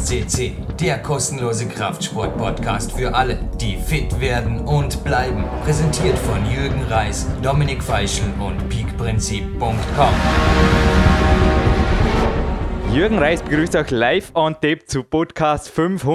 CC, der kostenlose Kraftsport-Podcast für alle, die fit werden und bleiben. Präsentiert von Jürgen Reis, Dominik Feischl und peakprinzip.com. Jürgen Reis begrüßt euch live on tape zu Podcast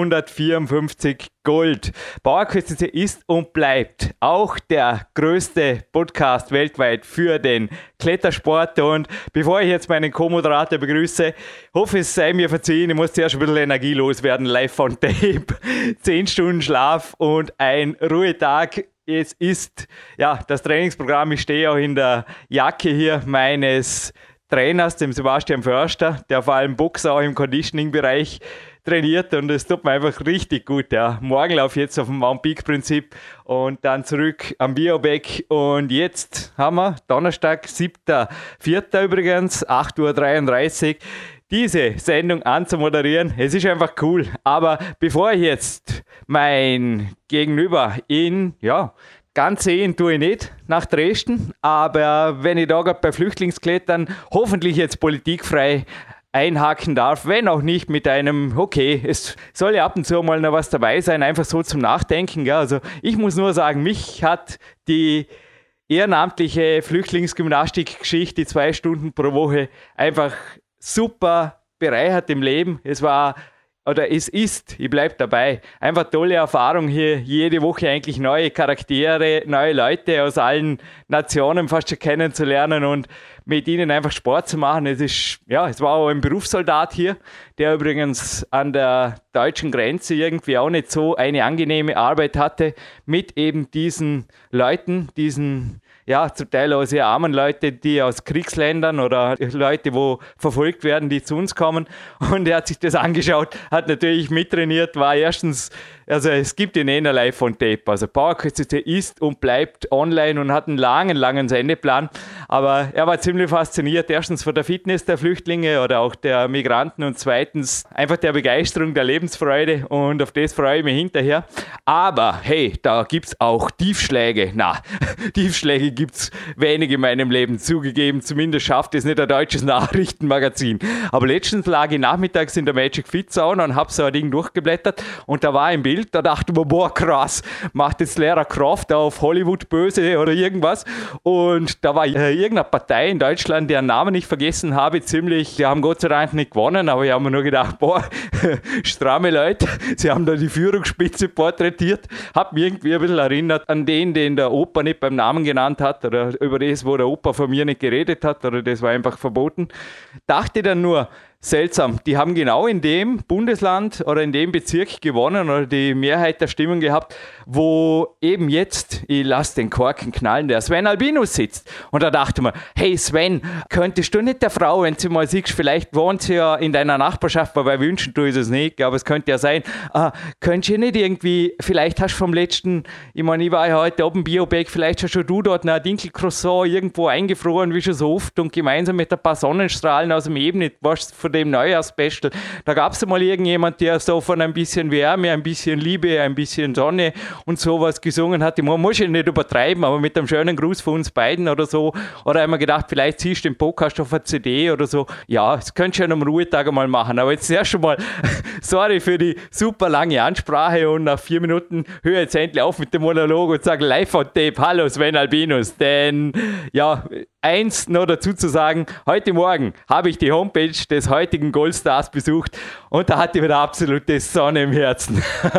554 Gold. PowerQuest CC ist und bleibt auch der größte Podcast weltweit für den Klettersport. Und bevor ich jetzt meinen Co-Moderator begrüße, hoffe es sei mir verziehen, ich muss zuerst ein bisschen Energie loswerden, live on tape. 10 Stunden Schlaf und ein Ruhetag. Es ist ja das Trainingsprogramm, ich stehe auch in der Jacke hier meines Trainers, dem Sebastian Förster, der vor allem Boxer auch im Conditioning-Bereich trainiert, und es tut mir einfach richtig gut. Ja. Morgenlauf jetzt auf dem Mount Peak Prinzip und dann zurück am Biobeck, und jetzt haben wir Donnerstag, 7.4. übrigens, 8.33 Uhr, diese Sendung anzumoderieren. Es ist einfach cool, aber bevor ich jetzt mein Gegenüber ganz sehen tue ich nicht nach Dresden, aber wenn ich da gerade bei Flüchtlingsklettern hoffentlich jetzt politikfrei einhaken darf, wenn auch nicht mit einem, okay, es soll ja ab und zu mal noch was dabei sein, einfach so zum Nachdenken. Gell? Also ich muss nur sagen, mich hat die ehrenamtliche Flüchtlingsgymnastik-Geschichte, 2 Stunden pro Woche, einfach super bereichert im Leben. Es ist, ich bleibe dabei, einfach tolle Erfahrung hier, jede Woche eigentlich neue Charaktere, neue Leute aus allen Nationen fast schon kennenzulernen und mit ihnen einfach Sport zu machen. Es war auch ein Berufssoldat hier, der übrigens an der deutschen Grenze irgendwie auch nicht so eine angenehme Arbeit hatte, mit eben diesen Leuten, zum Teil auch sehr armen Leute, die aus Kriegsländern oder Leute, wo verfolgt werden, die zu uns kommen. Und er hat sich das angeschaut, hat natürlich mittrainiert, war erstens, also es gibt ihn live on tape. Also PowerQuest CC ist und bleibt online und hat einen langen Sendeplan. Aber er war ziemlich fasziniert, erstens von der Fitness der Flüchtlinge oder auch der Migranten und zweitens einfach der Begeisterung, der Lebensfreude, und auf das freue ich mich hinterher. Aber hey, da gibt es auch Tiefschläge. Tiefschläge gibt es wenig in meinem Leben, zugegeben. Zumindest schafft es nicht ein deutsches Nachrichtenmagazin. Aber letztens lag ich nachmittags in der Magic Fit Sauna und habe so ein Ding durchgeblättert und da war ein Bild, da dachte ich mir, boah krass, macht jetzt Lara Croft auf Hollywood böse oder irgendwas. Und da war irgendeine Partei in Deutschland, deren Namen ich vergessen habe, die haben Gott sei Dank nicht gewonnen, aber ich habe mir nur gedacht, boah, stramme Leute, sie haben da die Führungsspitze porträtiert. Hat mich irgendwie ein bisschen erinnert an den der Opa nicht beim Namen genannt hat oder über das, wo der Opa von mir nicht geredet hat, oder das war einfach verboten. Dachte dann nur, seltsam, die haben genau in dem Bundesland oder in dem Bezirk gewonnen oder die Mehrheit der Stimmen gehabt, wo eben jetzt, ich lasse den Korken knallen, der Sven Albinus sitzt. Und da dachte man, hey Sven, könntest du nicht der Frau, wenn sie mal siehst, vielleicht wohnt sie ja in deiner Nachbarschaft, wobei wünschen tue ich es nicht, aber es könnte ja sein, könntest du nicht irgendwie, vielleicht hast du vom letzten, ich meine, ich war ja heute oben Biobeck, vielleicht hast du dort ein Dinkelcroissant irgendwo eingefroren, wie schon so oft, und gemeinsam mit ein paar Sonnenstrahlen aus dem Ebene, warst von dem Neujahrsspecial, da gab es mal irgendjemand, der so von ein bisschen Wärme, ein bisschen Liebe, ein bisschen Sonne und sowas gesungen hat. Man muss ja nicht übertreiben, aber mit einem schönen Gruß von uns beiden oder so. Oder haben wir gedacht, vielleicht ziehst du den Podcast auf eine CD oder so. Ja, das könntest du ja am Ruhetag mal machen. Aber jetzt erst schon mal, sorry für die super lange Ansprache, und nach 4 Minuten höre jetzt endlich auf mit dem Monolog und sage live on tape, hallo Sven Albinus. Denn ja, eins noch dazu zu sagen, heute Morgen habe ich die Homepage des heutigen Goldstars besucht und da hatte ich wieder absolute Sonne im Herzen.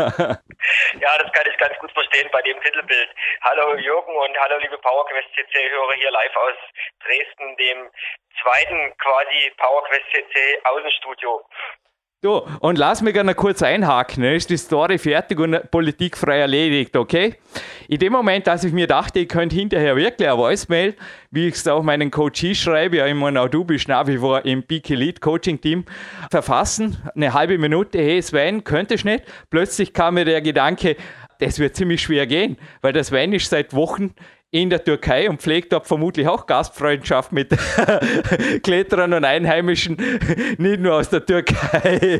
Ja, das kann ich ganz gut verstehen bei dem Titelbild. Hallo Jürgen und hallo liebe PowerQuest CC-Hörer hier live aus Dresden, dem zweiten quasi PowerQuest CC Außenstudio. So, und lass mich gerne kurz einhaken, dann ist die Story fertig und politikfrei erledigt, okay? In dem Moment, als ich mir dachte, ich könnte hinterher wirklich eine Voicemail, wie ich es auch meinen Coaches schreibe, ja, ich meine, auch du bist nach wie vor im Peak Elite Coaching Team, verfassen, eine halbe Minute, hey Sven, könntest du nicht? Plötzlich kam mir der Gedanke, das wird ziemlich schwer gehen, weil der Sven ist seit Wochen in der Türkei und pflegt dort vermutlich auch Gastfreundschaft mit Kletterern und Einheimischen, nicht nur aus der Türkei.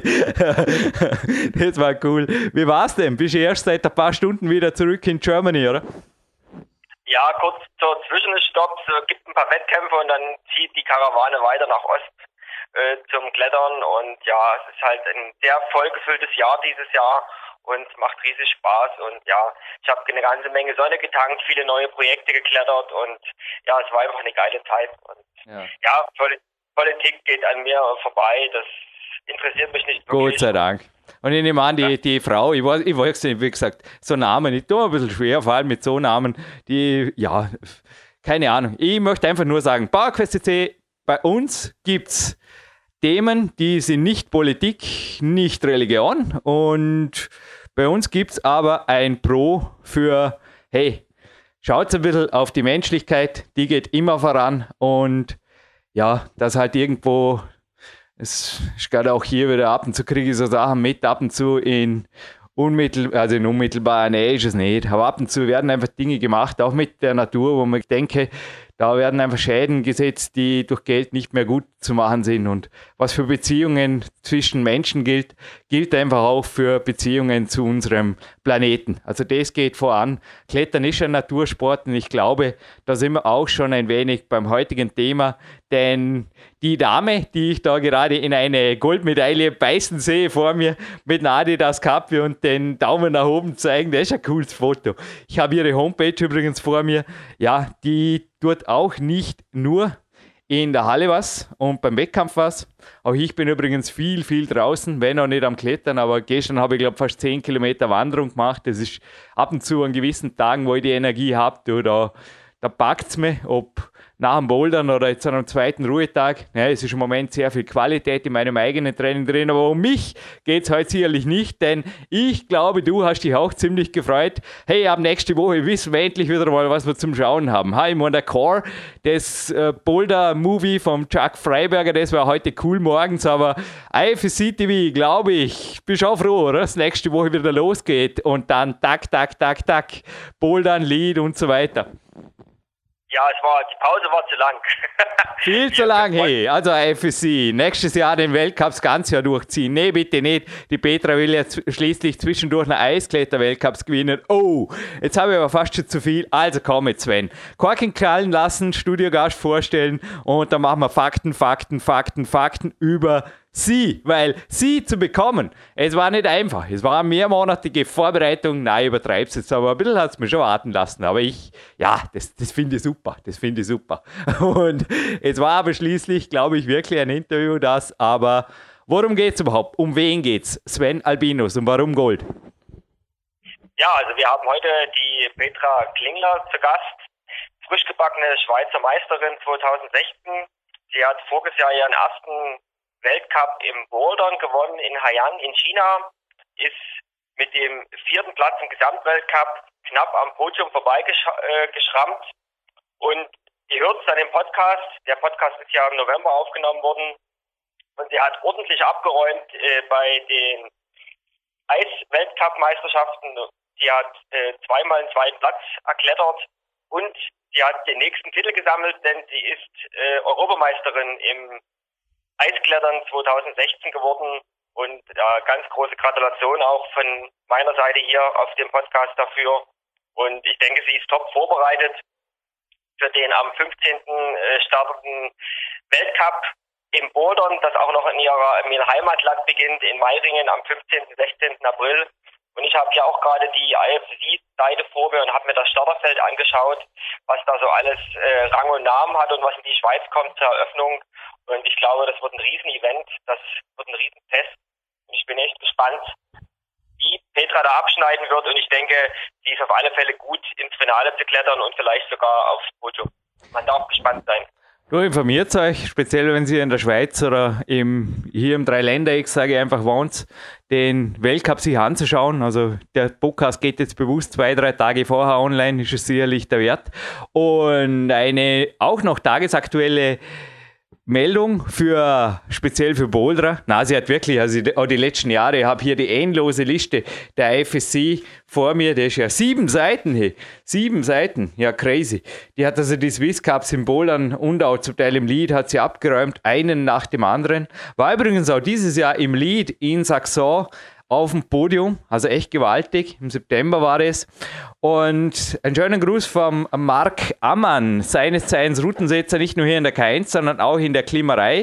Das war cool. Wie war's denn? Bist du erst seit ein paar Stunden wieder zurück in Germany, oder? Ja, kurz zur Zwischenstopp. Es gibt ein paar Wettkämpfe und dann zieht die Karawane weiter nach Ost. zum Klettern. Und ja, es ist halt ein sehr vollgefülltes Jahr dieses Jahr und macht riesig Spaß. Und ja, ich habe eine ganze Menge Sonne getankt, viele neue Projekte geklettert und ja, es war einfach eine geile Zeit. Und ja, Politik geht an mir vorbei, das interessiert mich nicht wirklich. Gott sei Dank. Und ich nehme an, die Frau, ich weiß nicht, wie gesagt, so Namen, ich tue mir ein bisschen schwer, vor allem mit so Namen, die, ja, keine Ahnung. Ich möchte einfach nur sagen, PowerQuest.cc, bei uns gibt es Themen, die sind nicht Politik, nicht Religion, und bei uns gibt es aber ein Pro für, hey, schaut ein bisschen auf die Menschlichkeit, die geht immer voran, und ja, das halt irgendwo, es ist gerade auch hier wieder ab und zu kriege ich so Sachen mit, ab und zu in unmittelbarer Nähe ist es nicht, aber ab und zu werden einfach Dinge gemacht, auch mit der Natur, wo man denke, da werden einfach Schäden gesetzt, die durch Geld nicht mehr gut zu machen sind. Und was für Beziehungen zwischen Menschen gilt, gilt einfach auch für Beziehungen zu unserem Planeten. Also das geht voran. Klettern ist ein Natursport, und ich glaube, da sind wir auch schon ein wenig beim heutigen Thema. Denn die Dame, die ich da gerade in eine Goldmedaille beißen sehe vor mir, mit einer Adidas-Kappe und den Daumen nach oben zeigen, das ist ein cooles Foto. Ich habe ihre Homepage übrigens vor mir. Ja, die tut auch nicht nur in der Halle was und beim Wettkampf was. Auch ich bin übrigens viel draußen, wenn auch nicht am Klettern, aber gestern habe ich, glaube, fast 10 Kilometer Wanderung gemacht. Das ist ab und zu an gewissen Tagen, wo ich die Energie habe, da packt es mich, ob nach dem Bouldern oder jetzt an einem zweiten Ruhetag. Ja, es ist im Moment sehr viel Qualität in meinem eigenen Training drin, aber um mich geht es heute sicherlich nicht, denn ich glaube, du hast dich auch ziemlich gefreut. Hey, ab nächste Woche wissen wir endlich wieder mal, was wir zum Schauen haben. Ich meine, der Core, das Boulder-Movie vom Chuck Freiberger, das war heute cool morgens, aber IFSC TV, glaube ich, bist auch froh, oder? Dass nächste Woche wieder losgeht und dann tak, Bouldern, Lead und so weiter. Ja, die Pause war zu lang. Viel zu lang, hey. Also IFSC, nächstes Jahr den Weltcup das ganze Jahr durchziehen. Nee, bitte nicht. Die Petra will jetzt schließlich zwischendurch einen Eiskletter-Weltcups gewinnen. Oh, jetzt habe ich aber fast schon zu viel. Also komm jetzt, Sven. Korken knallen lassen, Studiogast vorstellen und dann machen wir Fakten über sie, weil sie zu bekommen, es war nicht einfach. Es war eine mehrmonatige Vorbereitung. Nein, ich übertreibe es jetzt, aber ein bisschen hat es mir schon warten lassen. Aber das finde ich super. Das finde ich super. Und es war aber schließlich, glaube ich, wirklich ein Interview, aber worum geht es überhaupt? Um wen geht's? Sven Albinus, und warum Gold? Ja, also wir haben heute die Petra Klingler zu Gast, frisch gebackene Schweizer Meisterin 2016. Sie hat voriges Jahr ihren ersten Weltcup im Bouldern gewonnen in Haiyan in China, ist mit dem 4. Platz im Gesamtweltcup knapp am Podium vorbeigeschrammt, und ihr hört es an dem Podcast. Der Podcast ist ja im November aufgenommen worden, und sie hat ordentlich abgeräumt bei den Eis-Weltcup-Meisterschaften. Sie hat zweimal den 2. Platz erklettert und sie hat den nächsten Titel gesammelt, denn sie ist Europameisterin im Eisklettern 2016 geworden, und ganz große Gratulation auch von meiner Seite hier auf dem Podcast dafür, und ich denke, sie ist top vorbereitet für den am 15. startenden Weltcup im Bouldern, das auch noch in ihrem Heimatland beginnt, in Meiringen am 15. 16. April. Und ich habe ja auch gerade die IFSC-Seite vor mir und habe mir das Starterfeld angeschaut, was da so alles Rang und Namen hat und was in die Schweiz kommt zur Eröffnung. Und ich glaube, das wird ein Riesen-Event, das wird ein Riesentest. Und ich bin echt gespannt, wie Petra da abschneiden wird. Und ich denke, sie ist auf alle Fälle gut ins Finale zu klettern und vielleicht sogar aufs Podium. Man darf gespannt sein. Du informiert euch, speziell wenn Sie in der Schweiz oder hier im Dreiländereck, sage ich einfach, wohnt, den Weltcup sich anzuschauen. Also der Podcast geht jetzt bewusst 2-3 Tage vorher online, ist es sicherlich der Wert. Und eine auch noch tagesaktuelle Meldung speziell für Boulderer. Na, sie hat wirklich, also auch die letzten Jahre, ich habe hier die endlose Liste der IFSC vor mir, der ist ja 7 Seiten, hey. 7 Seiten, ja crazy. Die hat also die Swiss Cups im Bouldern und auch zum Teil im Lead hat sie abgeräumt, einen nach dem anderen. War übrigens auch dieses Jahr im Lead in Saxon auf dem Podium, also echt gewaltig. Im September war es. Und einen schönen Gruß vom Marc Ammann, seines Zeichens Routensetzer, nicht nur hier in der K1, sondern auch in der Klimmerei.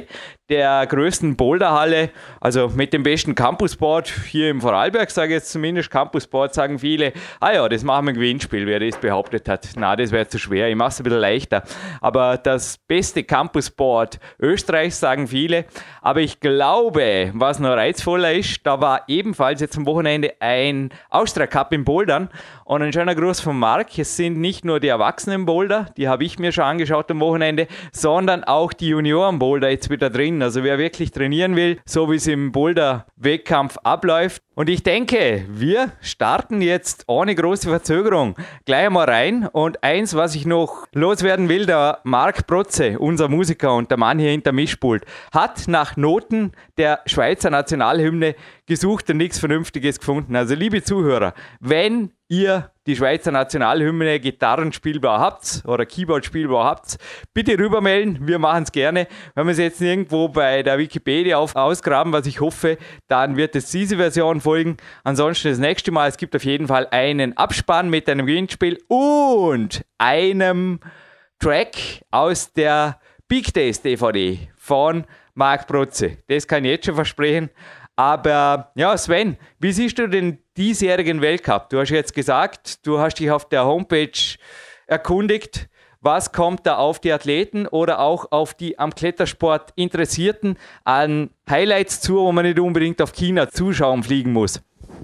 der größten Boulderhalle, also mit dem besten Campusboard hier im Vorarlberg, sage ich jetzt zumindest. Campusboard sagen viele, das machen wir ein Gewinnspiel, wer das behauptet hat. Na, das wäre zu schwer, ich mache es ein bisschen leichter. Aber das beste Campusboard Österreichs sagen viele. Aber ich glaube, was noch reizvoller ist, da war ebenfalls jetzt am Wochenende ein Austria Cup im Bouldern. Und ein schöner Gruß von Marc. Es sind nicht nur die Erwachsenen-Boulder, die habe ich mir schon angeschaut am Wochenende, sondern auch die Junioren-Boulder jetzt wieder drin. Also wer wirklich trainieren will, so wie es im Boulder-Wettkampf abläuft. Und ich denke, wir starten jetzt ohne große Verzögerung gleich einmal rein. Und eins, was ich noch loswerden will, der Marc Protze, unser Musiker und der Mann hier hinter Mischpult, hat nach Noten der Schweizer Nationalhymne gesucht und nichts Vernünftiges gefunden. Also liebe Zuhörer, wenn ihr die Schweizer Nationalhymne gitarrenspielbar habt oder Keyboard spielbar habt, bitte rübermelden, wir machen es gerne. Wenn wir es jetzt nirgendwo bei der Wikipedia ausgraben, was ich hoffe, dann wird es diese Version folgen. Ansonsten das nächste Mal, es gibt auf jeden Fall einen Abspann mit einem Gewinnspiel und einem Track aus der Big Days DVD von Marc Protze. Das kann ich jetzt schon versprechen. Aber ja, Sven, wie siehst du den diesjährigen Weltcup? Du hast jetzt gesagt, du hast dich auf der Homepage erkundigt. Was kommt da auf die Athleten oder auch auf die am Klettersport Interessierten an Highlights zu, wo man nicht unbedingt auf China zuschauen fliegen muss?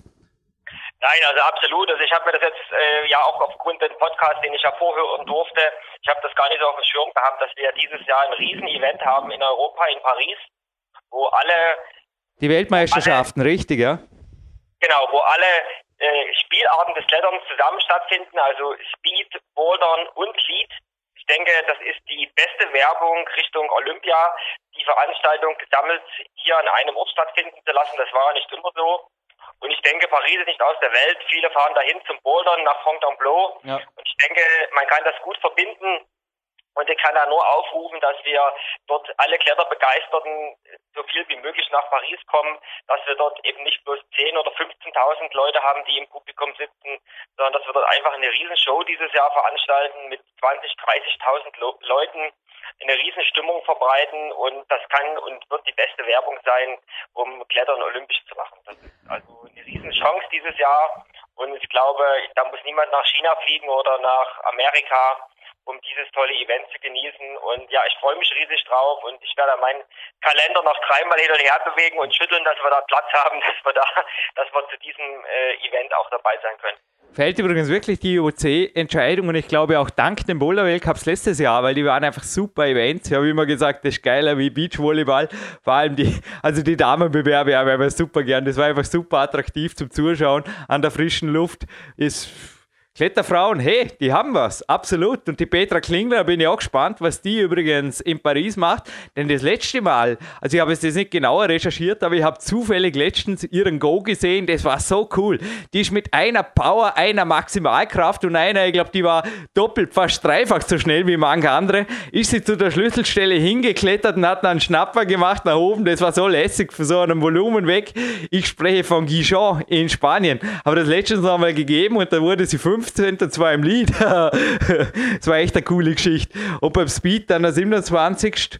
Nein, also absolut. Also ich habe mir das jetzt auch aufgrund des Podcasts, den ich ja vorhören durfte, ich habe das gar nicht so auf dem Schirm gehabt, dass wir dieses Jahr ein Riesen-Event haben in Europa, in Paris, wo alle... Die Weltmeisterschaften, richtig, ja? Genau, wo alle Spielarten des Kletterns zusammen stattfinden, also Speed, Bouldern und Lead. Ich denke, das ist die beste Werbung Richtung Olympia, die Veranstaltung gesammelt hier an einem Ort stattfinden zu lassen. Das war ja nicht immer so. Und ich denke, Paris ist nicht aus der Welt. Viele fahren dahin zum Bouldern nach Fontainebleau. Ja. Und ich denke, man kann das gut verbinden. Und ich kann da nur aufrufen, dass wir dort alle Kletterbegeisterten so viel wie möglich nach Paris kommen, dass wir dort eben nicht bloß 10.000 oder 15.000 Leute haben, die im Publikum sitzen, sondern dass wir dort einfach eine Riesenshow dieses Jahr veranstalten mit 20.000, 30.000 Leuten, eine Riesenstimmung verbreiten und das kann und wird die beste Werbung sein, um Klettern olympisch zu machen. Das ist also eine Riesenchance dieses Jahr und ich glaube, da muss niemand nach China fliegen oder nach Amerika, um dieses tolle Event zu genießen. Und ja, ich freue mich riesig drauf und ich werde meinen Kalender noch 3-mal hin und her bewegen und schütteln, dass wir da Platz haben, dass wir zu diesem Event auch dabei sein können. Fällt übrigens wirklich die IOC-Entscheidung und ich glaube auch dank dem Boulder-Weltcups letztes Jahr, weil die waren einfach super Events. Ich habe immer gesagt, das ist geiler wie Beachvolleyball. Vor allem die Damenbewerbe haben wir super gern. Das war einfach super attraktiv zum Zuschauen an der frischen Luft. Kletterfrauen, hey, die haben was, absolut. Und die Petra Klingler, bin ich auch gespannt, was die übrigens in Paris macht. Denn das letzte Mal, also ich habe es jetzt nicht genauer recherchiert, aber ich habe zufällig letztens ihren Go gesehen, das war so cool. Die ist mit einer Power, einer Maximalkraft und einer, ich glaube, die war doppelt, fast dreifach so schnell wie manche andere, ist sie zu der Schlüsselstelle hingeklettert und hat dann einen Schnapper gemacht nach oben. Das war so lässig von so einem Volumen weg. Ich spreche von Gijon in Spanien. Habe das letztens noch einmal gegeben und da wurde sie 15. und zwar im Lied. Das war echt eine coole Geschichte. Und beim Speed dann der 27.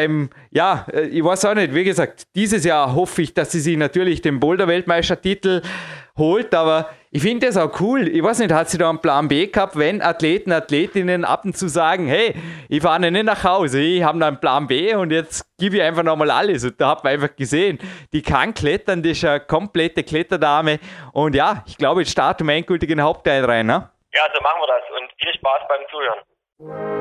Ich weiß auch nicht, wie gesagt, dieses Jahr hoffe ich, dass sie sich natürlich den Boulder-Weltmeistertitel holt, aber ich finde das auch cool. Ich weiß nicht, hat sie da einen Plan B gehabt, wenn Athleten, Athletinnen ab und zu sagen, hey, ich fahre nicht nach Hause, ich habe da einen Plan B und jetzt gebe ich einfach nochmal alles. Und da hat man einfach gesehen, die kann klettern, die ist eine komplette Kletterdame und ja, ich glaube, jetzt starten wir endgültig in den Hauptteil rein. Ne? Ja, so machen wir das und viel Spaß beim Zuhören.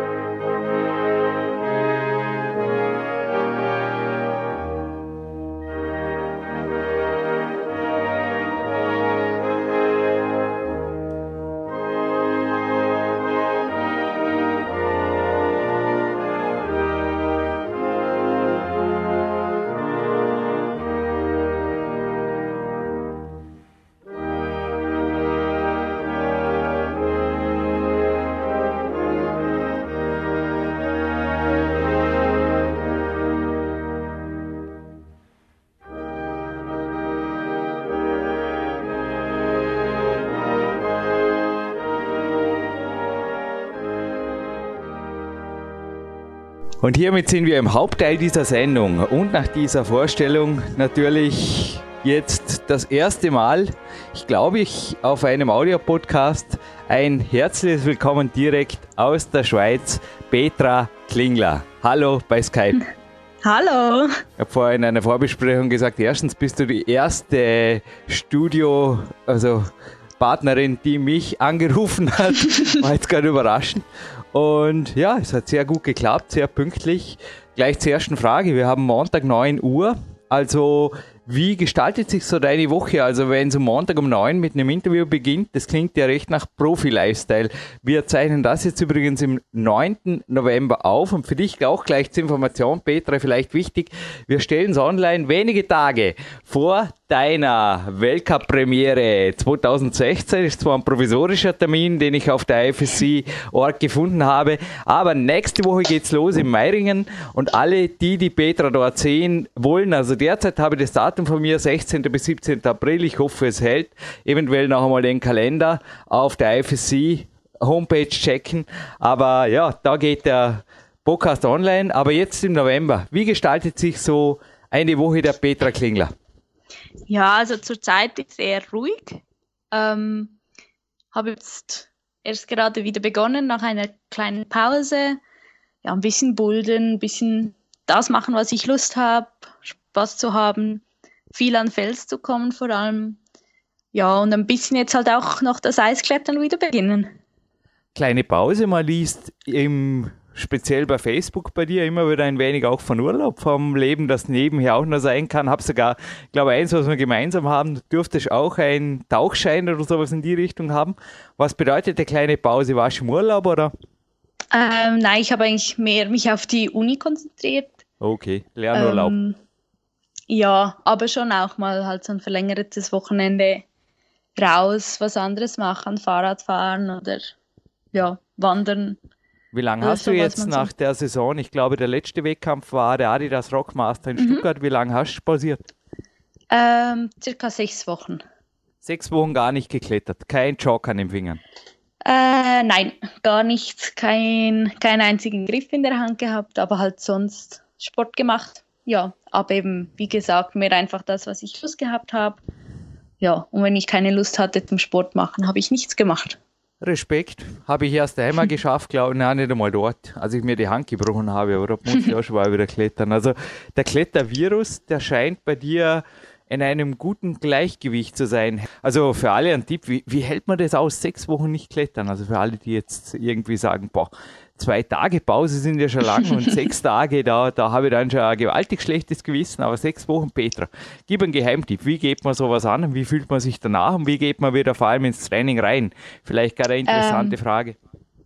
Und hiermit sind wir im Hauptteil dieser Sendung und nach dieser Vorstellung natürlich jetzt das erste Mal, auf einem Audiopodcast ein herzliches Willkommen direkt aus der Schweiz, Petra Klingler. Hallo bei Skype. Hallo. Ich habe vorhin in einer Vorbesprechung gesagt, erstens bist du die erste Partnerin, die mich angerufen hat. War jetzt gerade überraschend. Und ja, es hat sehr gut geklappt, sehr pünktlich. Gleich zur ersten Frage. Wir haben Montag 9 Uhr. Also wie gestaltet sich so deine Woche? Also wenn es am Montag um 9 mit einem Interview beginnt, das klingt ja recht nach Profi-Lifestyle. Wir zeichnen das jetzt übrigens im 9. November auf. Und für dich auch gleich zur Information, Petra, vielleicht wichtig, wir stellen es online wenige Tage vor deiner Weltcup-Premiere 2016. Das ist zwar ein provisorischer Termin, den ich auf der IFSC-Ort gefunden habe, aber nächste Woche geht's los in Meiringen und alle, die Petra dort sehen wollen, also derzeit habe ich das Datum von mir, 16. bis 17. April, ich hoffe es hält, eventuell noch einmal den Kalender auf der IFSC Homepage checken, aber ja, da geht der Podcast online, aber jetzt im November, wie gestaltet sich so eine Woche der Petra Klingler? Ja, also zurzeit ist es eher ruhig. Habe jetzt erst gerade wieder begonnen nach einer kleinen Pause. Ja, ein bisschen bouldern, ein bisschen das machen, was ich Lust habe, Spaß zu haben, viel an Fels zu kommen vor allem. Ja, und ein bisschen jetzt halt auch noch das Eisklettern wieder beginnen. Kleine Pause, man liest speziell bei Facebook bei dir immer wieder ein wenig auch von Urlaub, vom Leben, das nebenher auch noch sein kann. Hab sogar, glaube eins, was wir gemeinsam haben, du dürftest auch einen Tauchschein oder sowas in die Richtung haben. Was bedeutet eine kleine Pause? Warst du im Urlaub oder? Nein, ich habe eigentlich mehr mich auf die Uni konzentriert. Okay, Lernurlaub. Ja, aber schon auch mal halt so ein verlängertes Wochenende raus, was anderes machen, Fahrrad fahren oder ja, wandern. Wie lange hast du jetzt nach der Saison? Ich glaube, der letzte Wettkampf war der Adidas Rockmaster in Stuttgart. Wie lange hast du pausiert? Circa 6 Wochen. 6 Wochen gar nicht geklettert? Kein Jog an den Fingern? Nein, gar nichts. Keinen einzigen Griff in der Hand gehabt, aber halt sonst Sport gemacht. Ja, aber eben, wie gesagt, mehr einfach das, was ich Lust gehabt habe. Ja, und wenn ich keine Lust hatte zum Sport machen, habe ich nichts gemacht. Respekt, habe ich erst einmal geschafft, glaube ich, nicht einmal dort, als ich mir die Hand gebrochen habe, aber da muss ich auch schon mal wieder klettern. Also der Klettervirus, der scheint bei dir in einem guten Gleichgewicht zu sein. Also für alle ein Tipp, wie hält man das aus, 6 Wochen nicht klettern? Also für alle, die jetzt irgendwie sagen, 2 Tage Pause sind ja schon lang und 6 Tage, da habe ich dann schon ein gewaltig schlechtes Gewissen, aber 6 Wochen, Petra. Gib einen Geheimtipp, wie geht man sowas an, wie fühlt man sich danach und wie geht man wieder vor allem ins Training rein? Vielleicht gerade eine interessante Frage.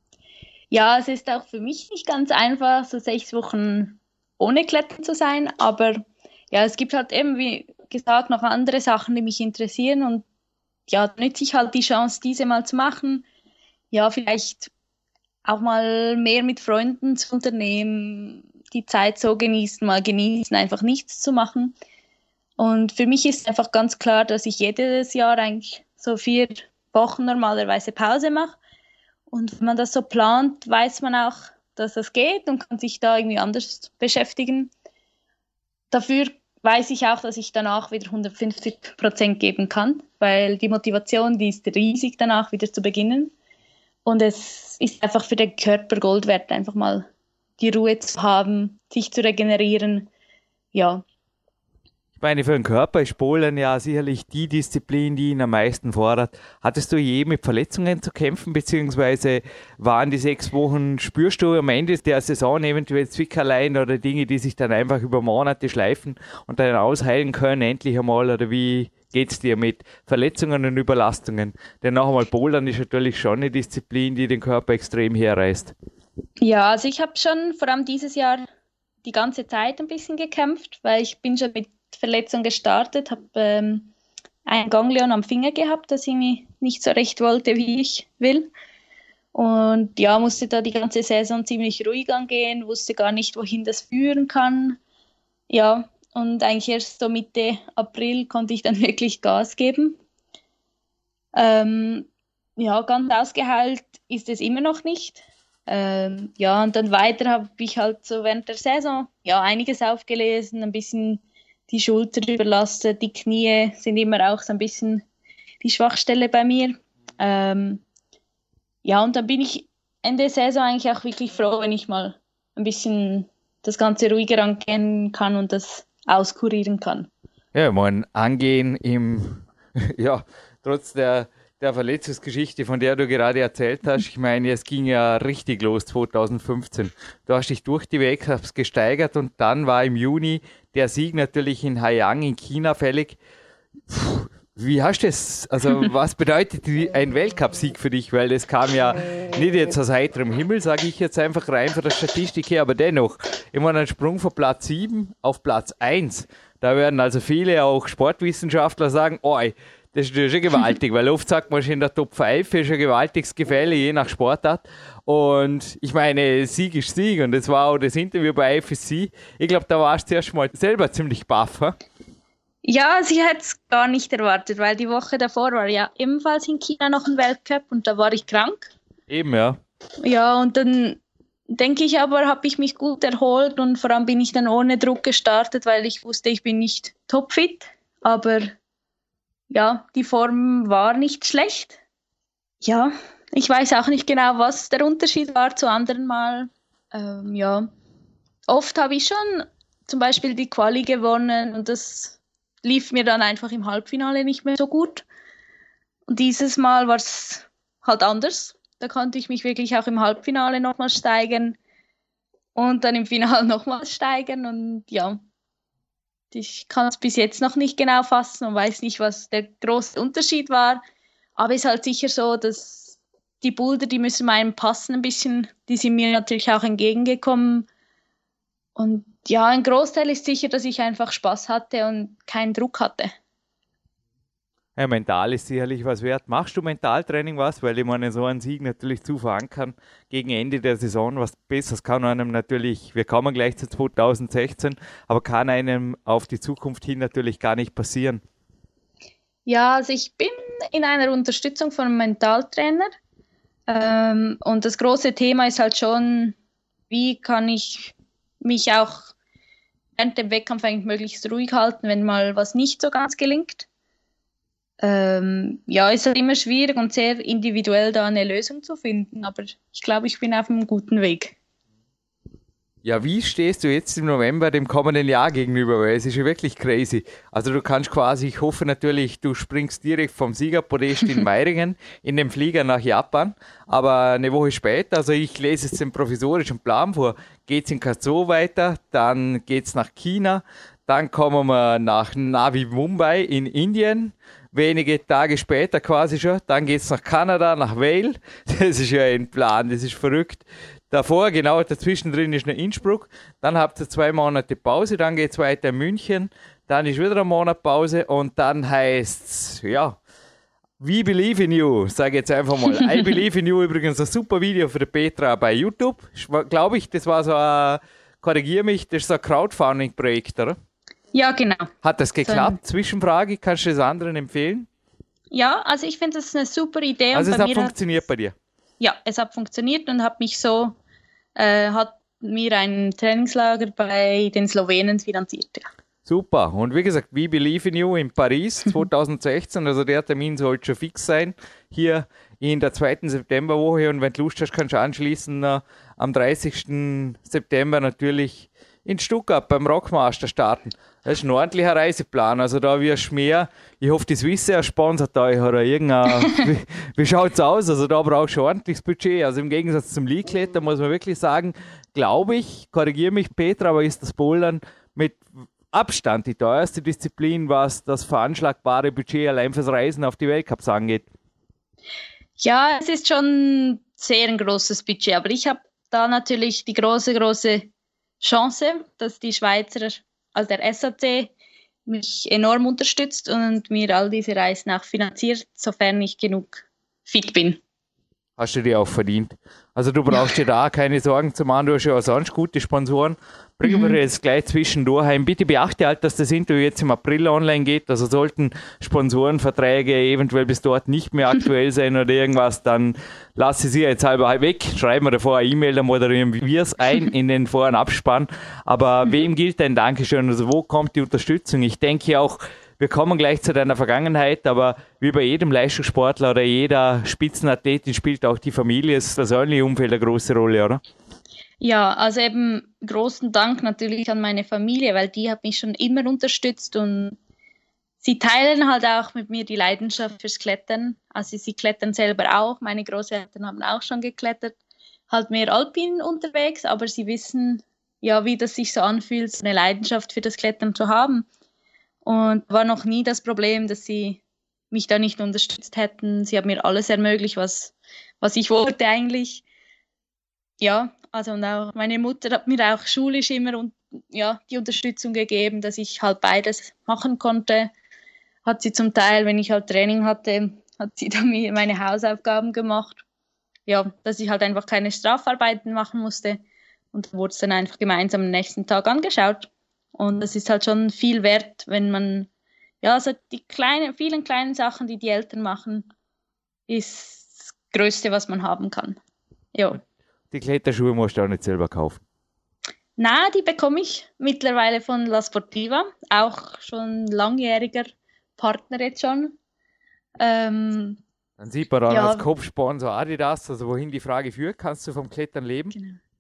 Ja, es ist auch für mich nicht ganz einfach, so 6 Wochen ohne Klettern zu sein, aber ja, es gibt halt eben, wie gesagt, noch andere Sachen, die mich interessieren und ja, nütze ich halt die Chance, diese mal zu machen. Ja, vielleicht auch mal mehr mit Freunden zu unternehmen, die Zeit so genießen, einfach nichts zu machen. Und für mich ist einfach ganz klar, dass ich jedes Jahr eigentlich so 4 Wochen normalerweise Pause mache. Und wenn man das so plant, weiß man auch, dass das geht und kann sich da irgendwie anders beschäftigen. Dafür weiß ich auch, dass ich danach wieder 150% geben kann, weil die Motivation, die ist riesig danach wieder zu beginnen. Und es ist einfach für den Körper Gold wert, einfach mal die Ruhe zu haben, sich zu regenerieren. Ja. Ich meine, für den Körper ist Bouldern ja sicherlich die Disziplin, die ihn am meisten fordert. Hattest du je mit Verletzungen zu kämpfen, beziehungsweise waren die 6 Wochen, spürst du am Ende der Saison eventuell Zwickerlein oder Dinge, die sich dann einfach über Monate schleifen und dann ausheilen können, endlich einmal, oder wie geht es dir mit Verletzungen und Überlastungen? Denn noch einmal, Bouldern ist natürlich schon eine Disziplin, die den Körper extrem herreißt. Ja, also ich habe schon vor allem dieses Jahr die ganze Zeit ein bisschen gekämpft, weil ich bin schon mit Verletzung gestartet, habe ein Ganglion am Finger gehabt, das irgendwie nicht so recht wollte, wie ich will. Und ja, musste da die ganze Saison ziemlich ruhig angehen, wusste gar nicht, wohin das führen kann. Ja, und eigentlich erst so Mitte April konnte ich dann wirklich Gas geben. Ja, ganz ausgeheilt ist es immer noch nicht. Ja, und dann weiter habe ich halt so während der Saison ja einiges aufgelesen, ein bisschen die Schulter überlastet, die Knie sind immer auch so ein bisschen die Schwachstelle bei mir. Ja, und dann bin ich Ende der Saison eigentlich auch wirklich froh, wenn ich mal ein bisschen das Ganze ruhiger angehen kann und das auskurieren kann. Ja, ich meine, angehen ja, trotz der Verletzungsgeschichte, von der du gerade erzählt hast, ich meine, es ging ja richtig los 2015. Du hast dich durch die Weltcups gesteigert und dann war im Juni der Sieg natürlich in Haiyang in China fällig. Wie hast du das? Also, was bedeutet ein Weltcupsieg für dich? Weil das kam ja nicht jetzt aus heiterem Himmel, sage ich jetzt einfach rein von der Statistik her, aber dennoch, immer ein Sprung von Platz 7 auf Platz 1. Da werden also viele, auch Sportwissenschaftler, sagen, oh, das ist schon gewaltig, weil oft sagt man schon in der Top 5 ist ein gewaltiges Gefälle, je nach Sportart. Und ich meine, Sieg ist Sieg und das war auch das Interview bei FSC. Ich glaube, da warst du zuerst mal selber ziemlich baff. He? Ja, sie hätte es gar nicht erwartet, weil die Woche davor war ja ebenfalls in China noch ein Weltcup und da war ich krank. Eben, ja. Ja, und dann denke ich aber, habe ich mich gut erholt und vor allem bin ich dann ohne Druck gestartet, weil ich wusste, ich bin nicht topfit. Aber ja, die Form war nicht schlecht. Ja, ich weiß auch nicht genau, was der Unterschied war zu anderen Mal. Ja, oft habe ich schon zum Beispiel die Quali gewonnen und das lief mir dann einfach im Halbfinale nicht mehr so gut. Und dieses Mal war es halt anders. Da konnte ich mich wirklich auch im Halbfinale nochmal steigern und dann im Finale nochmal steigern. Und ja, ich kann es bis jetzt noch nicht genau fassen und weiß nicht, was der große Unterschied war. Aber es ist halt sicher so, dass die Boulder, die müssen meinem passen ein bisschen. Die sind mir natürlich auch entgegengekommen. Und ja, ein Großteil ist sicher, dass ich einfach Spaß hatte und keinen Druck hatte. Ja, mental ist sicherlich was wert. Machst du Mentaltraining was? Weil ich meine, so ein Sieg natürlich zu verankern gegen Ende der Saison, was Besseres kann einem natürlich, wir kommen gleich zu 2016, aber kann einem auf die Zukunft hin natürlich gar nicht passieren. Ja, also ich bin in einer Unterstützung von einem Mentaltrainer und das große Thema ist halt schon, wie kann ich mich auch während dem Wettkampf eigentlich möglichst ruhig halten, wenn mal was nicht so ganz gelingt. Ja, ist halt immer schwierig und sehr individuell da eine Lösung zu finden, aber ich glaube, ich bin auf einem guten Weg. Ja, wie stehst du jetzt im November dem kommenden Jahr gegenüber? Weil es ist ja wirklich crazy. Also du kannst quasi, ich hoffe natürlich, du springst direkt vom Siegerpodest in Meiringen in den Flieger nach Japan. Aber eine Woche später, also ich lese jetzt den provisorischen Plan vor, geht's in Kazoo weiter, dann geht's nach China, dann kommen wir nach Navi Mumbai in Indien. Wenige Tage später quasi schon, dann geht's nach Kanada, nach Vail. Das ist ja ein Plan, das ist verrückt. Davor, genau dazwischen drin ist noch Innsbruck, dann habt ihr 2 Monate Pause, dann geht es weiter in München, dann ist wieder ein Monat Pause und dann heißt's, ja, We Believe in You, sage jetzt einfach mal. I Believe in You, übrigens ein super Video für die Petra bei YouTube. Glaube ich, das war so ein, korrigier mich, das ist so ein Crowdfunding-Projekt, oder? Ja, genau. Hat das geklappt? Zwischenfrage, kannst du das anderen empfehlen? Ja, also ich finde, das ist eine super Idee. Also und es hat funktioniert bei dir? Ja, es hat funktioniert und hat mich so, hat mir ein Trainingslager bei den Slowenen finanziert. Ja. Super. Und wie gesagt, We Believe in You in Paris 2016, also der Termin sollte schon fix sein, hier in der 2. Septemberwoche. Und wenn du Lust hast, kannst du anschließend am 30. September natürlich in Stuttgart beim Rockmaster starten. Das ist ein ordentlicher Reiseplan, also da wirst du mehr, ich hoffe, die Swissair sponsert euch oder irgendein, wie schaut es aus? Also da brauchst du ein ordentliches Budget, also im Gegensatz zum League-Kletter muss man wirklich sagen, glaube ich, korrigiere mich Petra, aber ist das Bouldern mit Abstand die teuerste Disziplin, was das veranschlagbare Budget allein fürs Reisen auf die Weltcups angeht. Ja, es ist schon sehr ein großes Budget, aber ich habe da natürlich die große Chance, dass die Schweizer, also der SAC, mich enorm unterstützt und mir all diese Reisen auch finanziert, sofern ich genug fit bin. hast du dir auch verdient. Also du brauchst dir da keine Sorgen zu machen, du hast ja auch sonst gute Sponsoren. Bringen wir jetzt gleich zwischendurch heim. Bitte beachte halt, dass das Interview jetzt im April online geht. Also sollten Sponsorenverträge eventuell bis dort nicht mehr aktuell sein oder irgendwas, dann lasse sie jetzt halber weg. Schreiben wir davor eine E-Mail, dann moderieren wir es ein in den Vor- und Abspann. Aber wem gilt dein Dankeschön? Also wo kommt die Unterstützung? Ich denke auch, wir kommen gleich zu deiner Vergangenheit, aber wie bei jedem Leistungssportler oder jeder Spitzenathletin spielt auch die Familie, das persönliche Umfeld eine große Rolle, oder? Ja, also eben großen Dank natürlich an meine Familie, weil die hat mich schon immer unterstützt und sie teilen halt auch mit mir die Leidenschaft fürs Klettern. Also sie klettern selber auch, meine Großeltern haben auch schon geklettert, halt mehr alpin unterwegs, aber sie wissen ja, wie das sich so anfühlt, so eine Leidenschaft für das Klettern zu haben. Und war noch nie das Problem, dass sie mich da nicht unterstützt hätten. Sie haben mir alles ermöglicht, was ich wollte eigentlich. Ja, also und auch meine Mutter hat mir auch schulisch immer die Unterstützung gegeben, dass ich halt beides machen konnte. Hat sie zum Teil, wenn ich halt Training hatte, hat sie dann mir meine Hausaufgaben gemacht. Ja, dass ich halt einfach keine Strafarbeiten machen musste. Und wurde es dann einfach gemeinsam am nächsten Tag angeschaut. Und das ist halt schon viel wert, wenn man, ja, also die vielen kleinen Sachen, die Eltern machen, ist das Größte, was man haben kann. Ja. Die Kletterschuhe musst du auch nicht selber kaufen. Na, die bekomme ich mittlerweile von La Sportiva, auch schon langjähriger Partner jetzt schon. Dann sieht man dann als Kopfsponsor Adidas, also wohin die Frage führt, kannst du vom Klettern leben?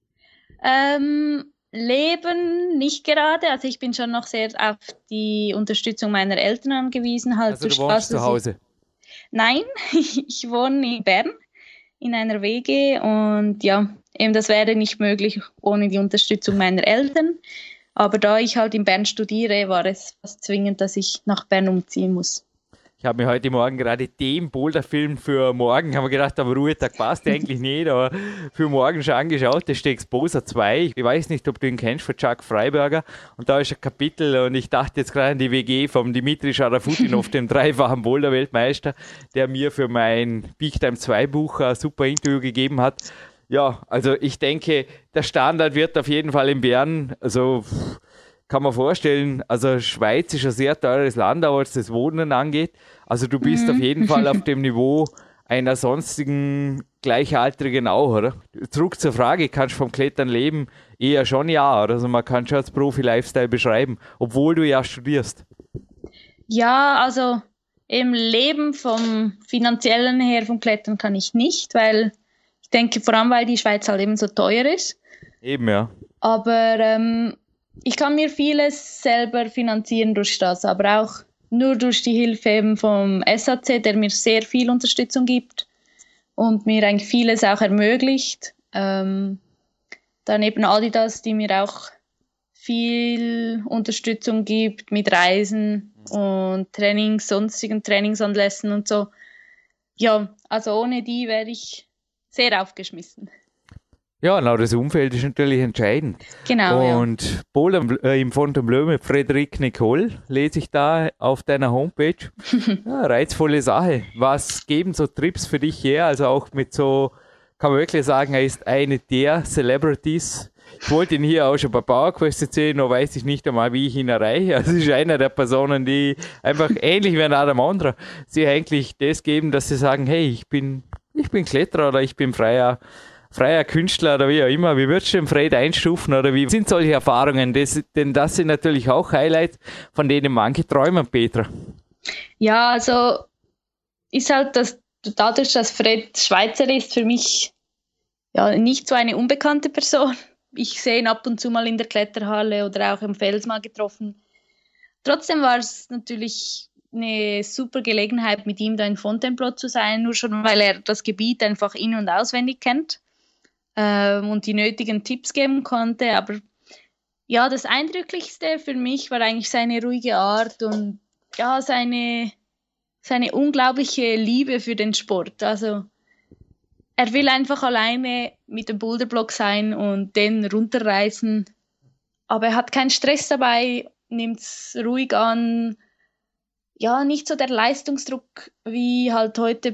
Genau. Leben nicht gerade, also ich bin schon noch sehr auf die Unterstützung meiner Eltern angewiesen. Halt also du wohnst zu Hause? Nein, ich wohne in Bern in einer WG und ja, eben das wäre nicht möglich ohne die Unterstützung meiner Eltern. Aber da ich halt in Bern studiere, war es fast zwingend, dass ich nach Bern umziehen muss. Ich habe mir heute Morgen gerade den Boulderfilm für morgen, haben wir gedacht, aber Ruhetag passt eigentlich nicht, aber für morgen schon angeschaut, da steht Exposer 2. Ich weiß nicht, ob du ihn kennst, von Chuck Freiberger. Und da ist ein Kapitel und ich dachte jetzt gerade an die WG vom Dimitri Scharafutinov, dem dreifachen Boulder-Weltmeister, der mir für mein Peak Time 2 Buch ein super Interview gegeben hat. Ja, also ich denke, der Standard wird auf jeden Fall in Bern, also kann man vorstellen, also Schweiz ist ein sehr teures Land, auch was das Wohnen angeht. Also du bist auf jeden Fall auf dem Niveau einer sonstigen Gleichaltrigen auch, oder? Zurück zur Frage, kannst du vom Klettern leben? Eher schon ja, oder? Also man kann schon als Profi-Lifestyle beschreiben, obwohl du ja studierst. Ja, also im Leben vom Finanziellen her vom Klettern kann ich nicht, weil ich denke, vor allem, weil die Schweiz halt eben so teuer ist. Eben, ja. Aber ich kann mir vieles selber finanzieren durch das, aber auch nur durch die Hilfe eben vom SAC, der mir sehr viel Unterstützung gibt und mir eigentlich vieles auch ermöglicht. Dann eben Adidas, die mir auch viel Unterstützung gibt mit Reisen und sonstigen Trainingsanlässen und so. Ja, also ohne die wäre ich sehr aufgeschmissen. Ja, genau, das Umfeld ist natürlich entscheidend. Genau, und Boulder im Fontainebleau mit Frédéric Nicole lese ich da auf deiner Homepage. Ja, reizvolle Sache. Was geben so Trips für dich her? Also auch mit so, kann man wirklich sagen, er ist eine der Celebrities. Ich wollte ihn hier auch schon bei PowerQuest erzählen, noch weiß ich nicht einmal, wie ich ihn erreiche. Also es ist einer der Personen, die einfach ähnlich wie ein Adam Andra, sie eigentlich das geben, dass sie sagen, hey, ich bin Kletterer oder ich bin freier Künstler oder wie auch immer. Wie würdest du den Fred einstufen oder wie sind solche Erfahrungen? Denn das sind natürlich auch Highlights, von denen manche träumen, Petra. Ja, also ist halt dadurch, dass Fred Schweizer ist, für mich ja nicht so eine unbekannte Person. Ich sehe ihn ab und zu mal in der Kletterhalle oder auch im Fels mal getroffen. Trotzdem war es natürlich eine super Gelegenheit, mit ihm da in Fontainebleau zu sein, nur schon, weil er das Gebiet einfach in- und auswendig kennt und die nötigen Tipps geben konnte. Aber ja, das Eindrücklichste für mich war eigentlich seine ruhige Art und ja, seine unglaubliche Liebe für den Sport. Also er will einfach alleine mit dem Boulderblock sein und den runterreißen, aber er hat keinen Stress dabei, nimmt es ruhig an. Ja, nicht so der Leistungsdruck, wie halt heute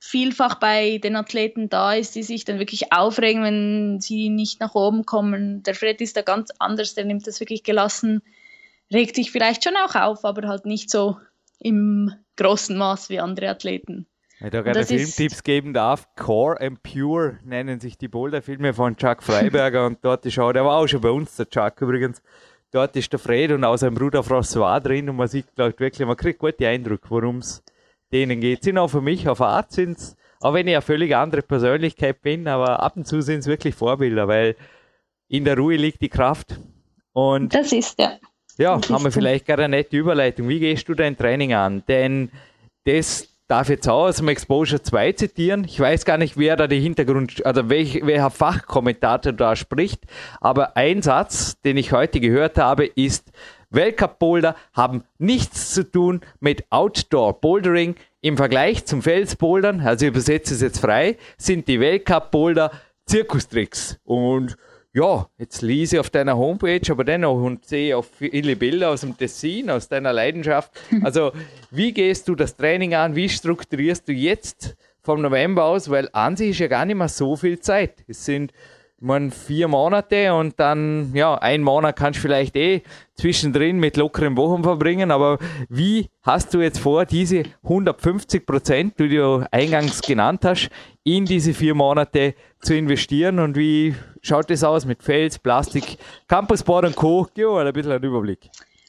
vielfach bei den Athleten da ist, die sich dann wirklich aufregen, wenn sie nicht nach oben kommen. Der Fred ist da ganz anders, der nimmt das wirklich gelassen, regt sich vielleicht schon auch auf, aber halt nicht so im großen Maß wie andere Athleten. Wenn ich da gerne Filmtipps geben darf, Core and Pure nennen sich die Boulder-Filme von Chuck Freiberger und dort ist auch, der war auch schon bei uns, der Chuck übrigens, dort ist der Fred und auch sein Bruder François drin und man sieht, glaube ich, wirklich, man kriegt guten Eindruck, worum es denen geht. Sind auch für mich auf Art sind's, auch wenn ich eine völlig andere Persönlichkeit bin, aber ab und zu sind es wirklich Vorbilder, weil in der Ruhe liegt die Kraft. Und das ist ja. Ja, haben wir vielleicht gerade eine nette Überleitung. Wie gehst du dein Training an? Denn das darf jetzt auch aus dem Exposure 2 zitieren. Ich weiß gar nicht, wer da die Hintergrund, also welcher Fachkommentator da spricht, aber ein Satz, den ich heute gehört habe, ist: Weltcup-Boulder haben nichts zu tun mit Outdoor-Bouldering. Im Vergleich zum Felsbouldern, also ich übersetze es jetzt frei, sind die Weltcup-Boulder Zirkustricks. Und ja, jetzt lese ich auf deiner Homepage, aber dennoch und sehe auch viele Bilder aus dem Tessin, aus deiner Leidenschaft. Also, wie gehst du das Training an? Wie strukturierst du jetzt vom November aus? Weil an sich ist ja gar nicht mehr so viel Zeit. Es sind 4 Monate und dann, ja, 1 Monat kannst du vielleicht zwischendrin mit lockeren Wochen verbringen. Aber wie hast du jetzt vor, diese 150%, die du eingangs genannt hast, in diese 4 Monate zu investieren? Und wie schaut das aus mit Fels, Plastik, Campusboard und Co.? Gib mal ein bisschen einen Überblick.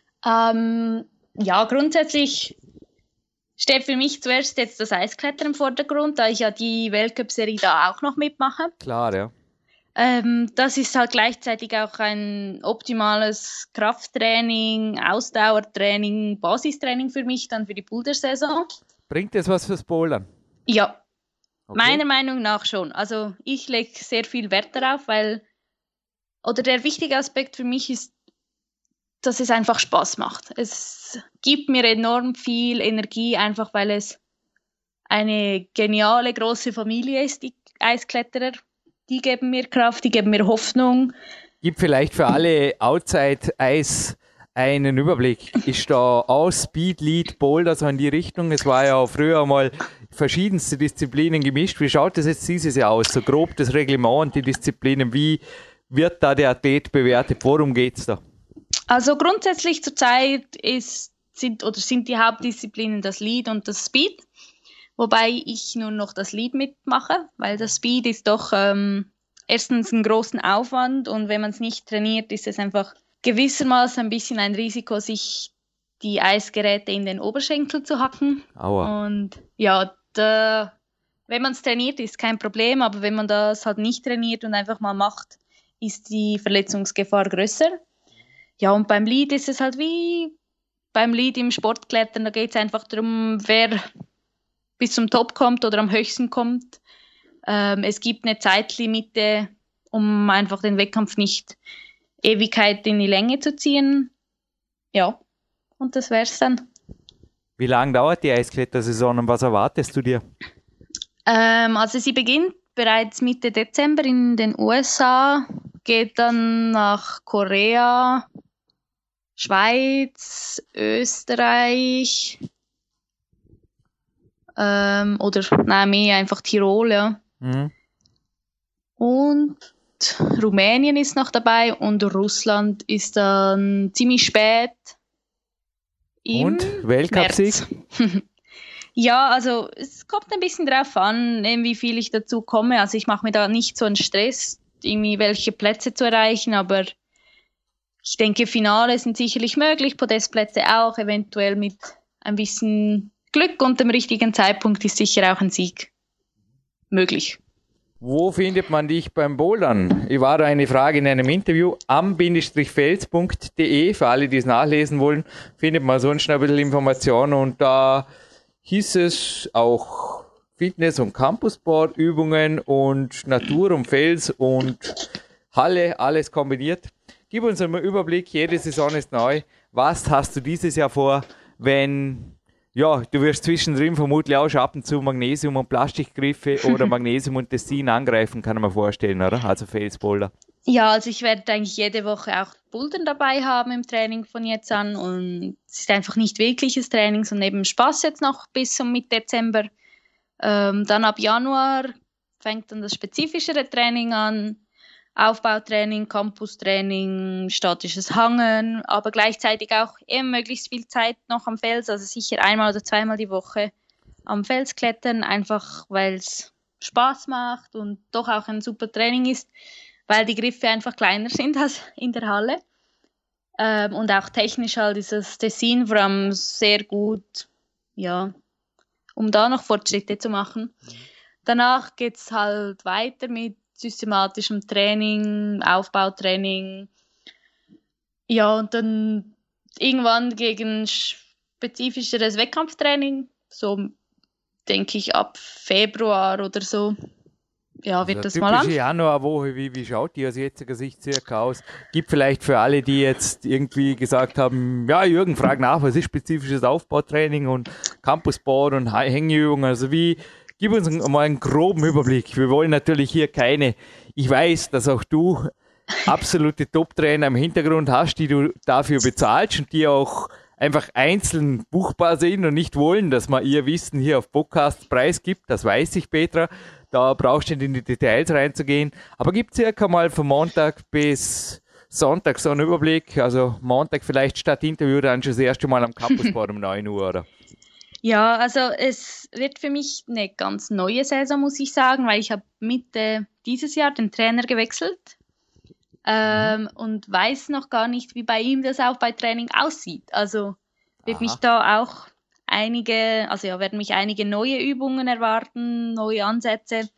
Ja, grundsätzlich steht für mich zuerst jetzt das Eisklettern im Vordergrund, da ich ja die Weltcup-Serie da auch noch mitmache. Klar, ja. Das ist halt gleichzeitig auch ein optimales Krafttraining, Ausdauertraining, Basistraining für mich dann für die Boulder-Saison. Bringt das was fürs Bouldern? Ja, okay. Meiner Meinung nach schon. Also ich lege sehr viel Wert darauf, oder der wichtige Aspekt für mich ist, dass es einfach Spaß macht. Es gibt mir enorm viel Energie, einfach weil es eine geniale, große Familie ist, die Eiskletterer. Die geben mir Kraft, die geben mir Hoffnung. Gib vielleicht für alle Outside-Eis einen Überblick. Ist da auch Speed, Lead, Boulder so in die Richtung? Es war ja auch früher mal verschiedenste Disziplinen gemischt. Wie schaut das jetzt dieses Jahr aus? So grob das Reglement und die Disziplinen. Wie wird da der Athlet bewertet? Worum geht es da? Also grundsätzlich zurzeit sind die Hauptdisziplinen das Lead und das Speed. Wobei ich nur noch das Lead mitmache, weil das Speed ist doch erstens einen großen Aufwand und wenn man es nicht trainiert, ist es einfach gewissermaßen ein bisschen ein Risiko, sich die Eisgeräte in den Oberschenkel zu hacken. Aua. Und ja, wenn man es trainiert, ist kein Problem, aber wenn man das halt nicht trainiert und einfach mal macht, ist die Verletzungsgefahr größer. Ja, und beim Lead ist es halt wie beim Lead im Sportklettern, da geht es einfach darum, wer bis zum Top kommt oder am höchsten kommt. Es gibt eine Zeitlimite, um einfach den Wettkampf nicht Ewigkeit in die Länge zu ziehen. Ja, und das wär's dann. Wie lange dauert die Eisklettersaison und was erwartest du dir? Also sie beginnt bereits Mitte Dezember in den USA, geht dann nach Korea, Schweiz, Österreich, mehr einfach Tirol, ja. Mhm. Und Rumänien ist noch dabei und Russland ist dann ziemlich spät im Und Weltcupsieg? Ja, also es kommt ein bisschen drauf an, wie viel ich dazu komme. Also ich mache mir da nicht so einen Stress, irgendwie welche Plätze zu erreichen, aber ich denke, Finale sind sicherlich möglich, Podestplätze auch, eventuell mit ein bisschen Glück und dem richtigen Zeitpunkt ist sicher auch ein Sieg möglich. Wo findet man dich beim Bouldern? Ich war da eine Frage in einem Interview. am-fels.de, für alle, die es nachlesen wollen, findet man sonst ein bisschen Informationen und da hieß es auch Fitness- und Campusboard-Übungen und Natur und Fels und Halle, alles kombiniert. Gib uns einen Überblick, jede Saison ist neu. Was hast du dieses Jahr vor, wenn... Ja, du wirst zwischendrin vermutlich auch schon ab und zu Magnesium- und Plastikgriffe oder Magnesium und Tessin angreifen, kann man vorstellen, oder? Also Felsboulder. Ja, also ich werde eigentlich jede Woche auch Bouldern dabei haben im Training von jetzt an und es ist einfach nicht wirkliches Training, sondern eben Spaß jetzt noch bis zum Mitte Dezember. Dann ab Januar fängt dann das spezifischere Training an. Aufbautraining, Campustraining, statisches Hangen, aber gleichzeitig auch eben möglichst viel Zeit noch am Fels, also sicher 1- oder 2-mal die Woche am Fels klettern, einfach weil es Spaß macht und doch auch ein super Training ist, weil die Griffe einfach kleiner sind als in der Halle. Und auch technisch halt ist das Tessin vor allem sehr gut, ja, um da noch Fortschritte zu machen. Danach geht es halt weiter mit systematischem Training, Aufbautraining. Ja, und dann irgendwann gegen spezifischeres Wettkampftraining, so denke ich ab Februar oder so. Ja, wird das mal an. Typische Januarwoche, wie schaut die aus jetziger Sicht circa aus? Gibt vielleicht für alle, die jetzt irgendwie gesagt haben, ja, Jürgen, frag nach, was ist spezifisches Aufbautraining und Campusboard und Hängeübungen, also gib uns mal einen groben Überblick. Wir wollen natürlich hier ich weiß, dass auch du absolute Top-Trainer im Hintergrund hast, die du dafür bezahlst und die auch einfach einzeln buchbar sind und nicht wollen, dass man ihr Wissen hier auf Podcast preisgibt. Das weiß ich, Petra. Da brauchst du nicht in die Details reinzugehen. Aber gibt circa mal von Montag bis Sonntag so einen Überblick. Also Montag vielleicht statt Interview dann schon das erste Mal am Campusboard um 9 Uhr, oder? Ja, also es wird für mich eine ganz neue Saison, muss ich sagen, weil ich habe Mitte dieses Jahr den Trainer gewechselt und weiß noch gar nicht, wie bei ihm das auch bei Training aussieht. Also wird mich da auch werden mich einige neue Übungen erwarten, neue Ansätze.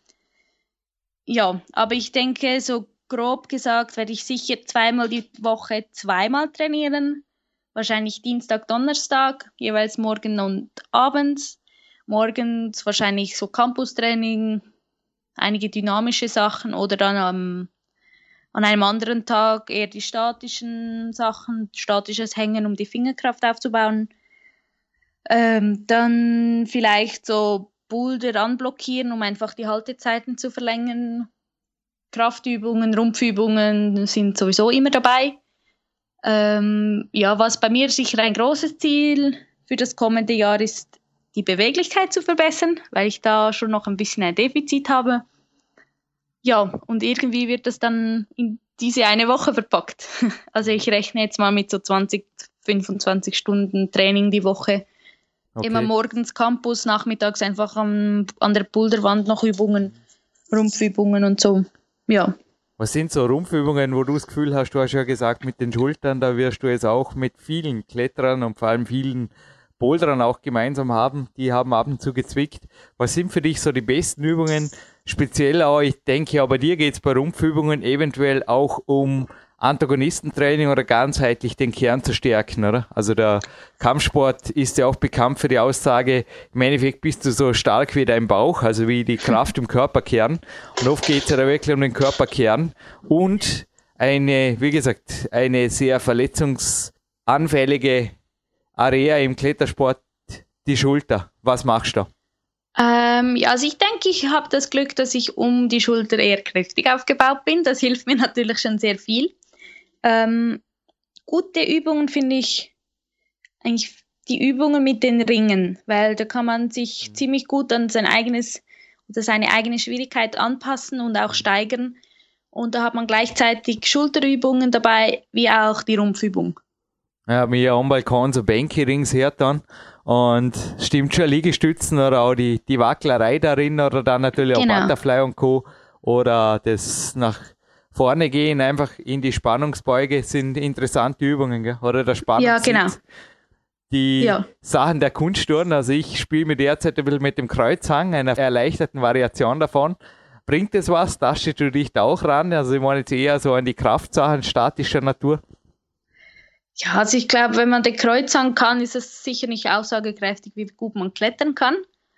Ja, aber ich denke, so grob gesagt, werde ich sicher 2-mal die Woche 2-mal trainieren. Wahrscheinlich Dienstag, Donnerstag, jeweils morgen und abends. Morgens wahrscheinlich so Campustraining, einige dynamische Sachen oder dann an einem anderen Tag eher die statischen Sachen, statisches Hängen, um die Fingerkraft aufzubauen. Dann vielleicht so Boulder anblockieren, um einfach die Haltezeiten zu verlängern. Kraftübungen, Rumpfübungen sind sowieso immer dabei. Was bei mir sicher ein großes Ziel für das kommende Jahr ist, die Beweglichkeit zu verbessern, weil ich da schon noch ein bisschen ein Defizit habe. Ja, und irgendwie wird das dann in diese eine Woche verpackt. Also ich rechne jetzt mal mit so 20-25 Stunden Training die Woche. Okay. Immer morgens Campus, nachmittags einfach an der Boulderwand noch Übungen, Rumpfübungen und so. Ja. Was sind so Rumpfübungen, wo du das Gefühl hast, du hast ja gesagt, mit den Schultern, da wirst du jetzt auch mit vielen Kletterern und vor allem vielen Boulderern auch gemeinsam haben, die haben ab und zu gezwickt. Was sind für dich so die besten Übungen? Speziell auch, ich denke, aber dir geht es bei Rumpfübungen eventuell auch um Antagonistentraining oder ganzheitlich den Kern zu stärken, oder? Also der Kampfsport ist ja auch bekannt für die Aussage, im Endeffekt bist du so stark wie dein Bauch, also wie die Kraft im Körperkern. Und oft geht es ja da wirklich um den Körperkern und eine sehr verletzungsanfällige Area im Klettersport, die Schulter. Was machst du da? Also ich denke, ich habe das Glück, dass ich um die Schulter eher kräftig aufgebaut bin. Das hilft mir natürlich schon sehr viel. Gute Übungen finde ich eigentlich die Übungen mit den Ringen, weil da kann man sich ziemlich gut an seine eigene Schwierigkeit anpassen und auch steigern. Und da hat man gleichzeitig Schulterübungen dabei, wie auch die Rumpfübung. Ja, mir am Balkon so Bänke-Rings hört dann. Und stimmt schon, Liegestützen oder auch die Wacklerei darin oder dann natürlich auch Butterfly und Co. Oder das nach vorne gehen, einfach in die Spannungsbeuge sind interessante Übungen, gell? Oder der Spannungssitz. Ja, genau. Die Sachen der Kunstturnen, also ich spiele mir derzeit ein bisschen mit dem Kreuzhang, einer erleichterten Variation davon. Bringt das was? Tastest du dich da auch ran? Also ich meine jetzt eher so an die Kraftsachen statischer Natur. Ja, also ich glaube, wenn man den Kreuzhang kann, ist es sicher nicht aussagekräftig, wie gut man klettern kann.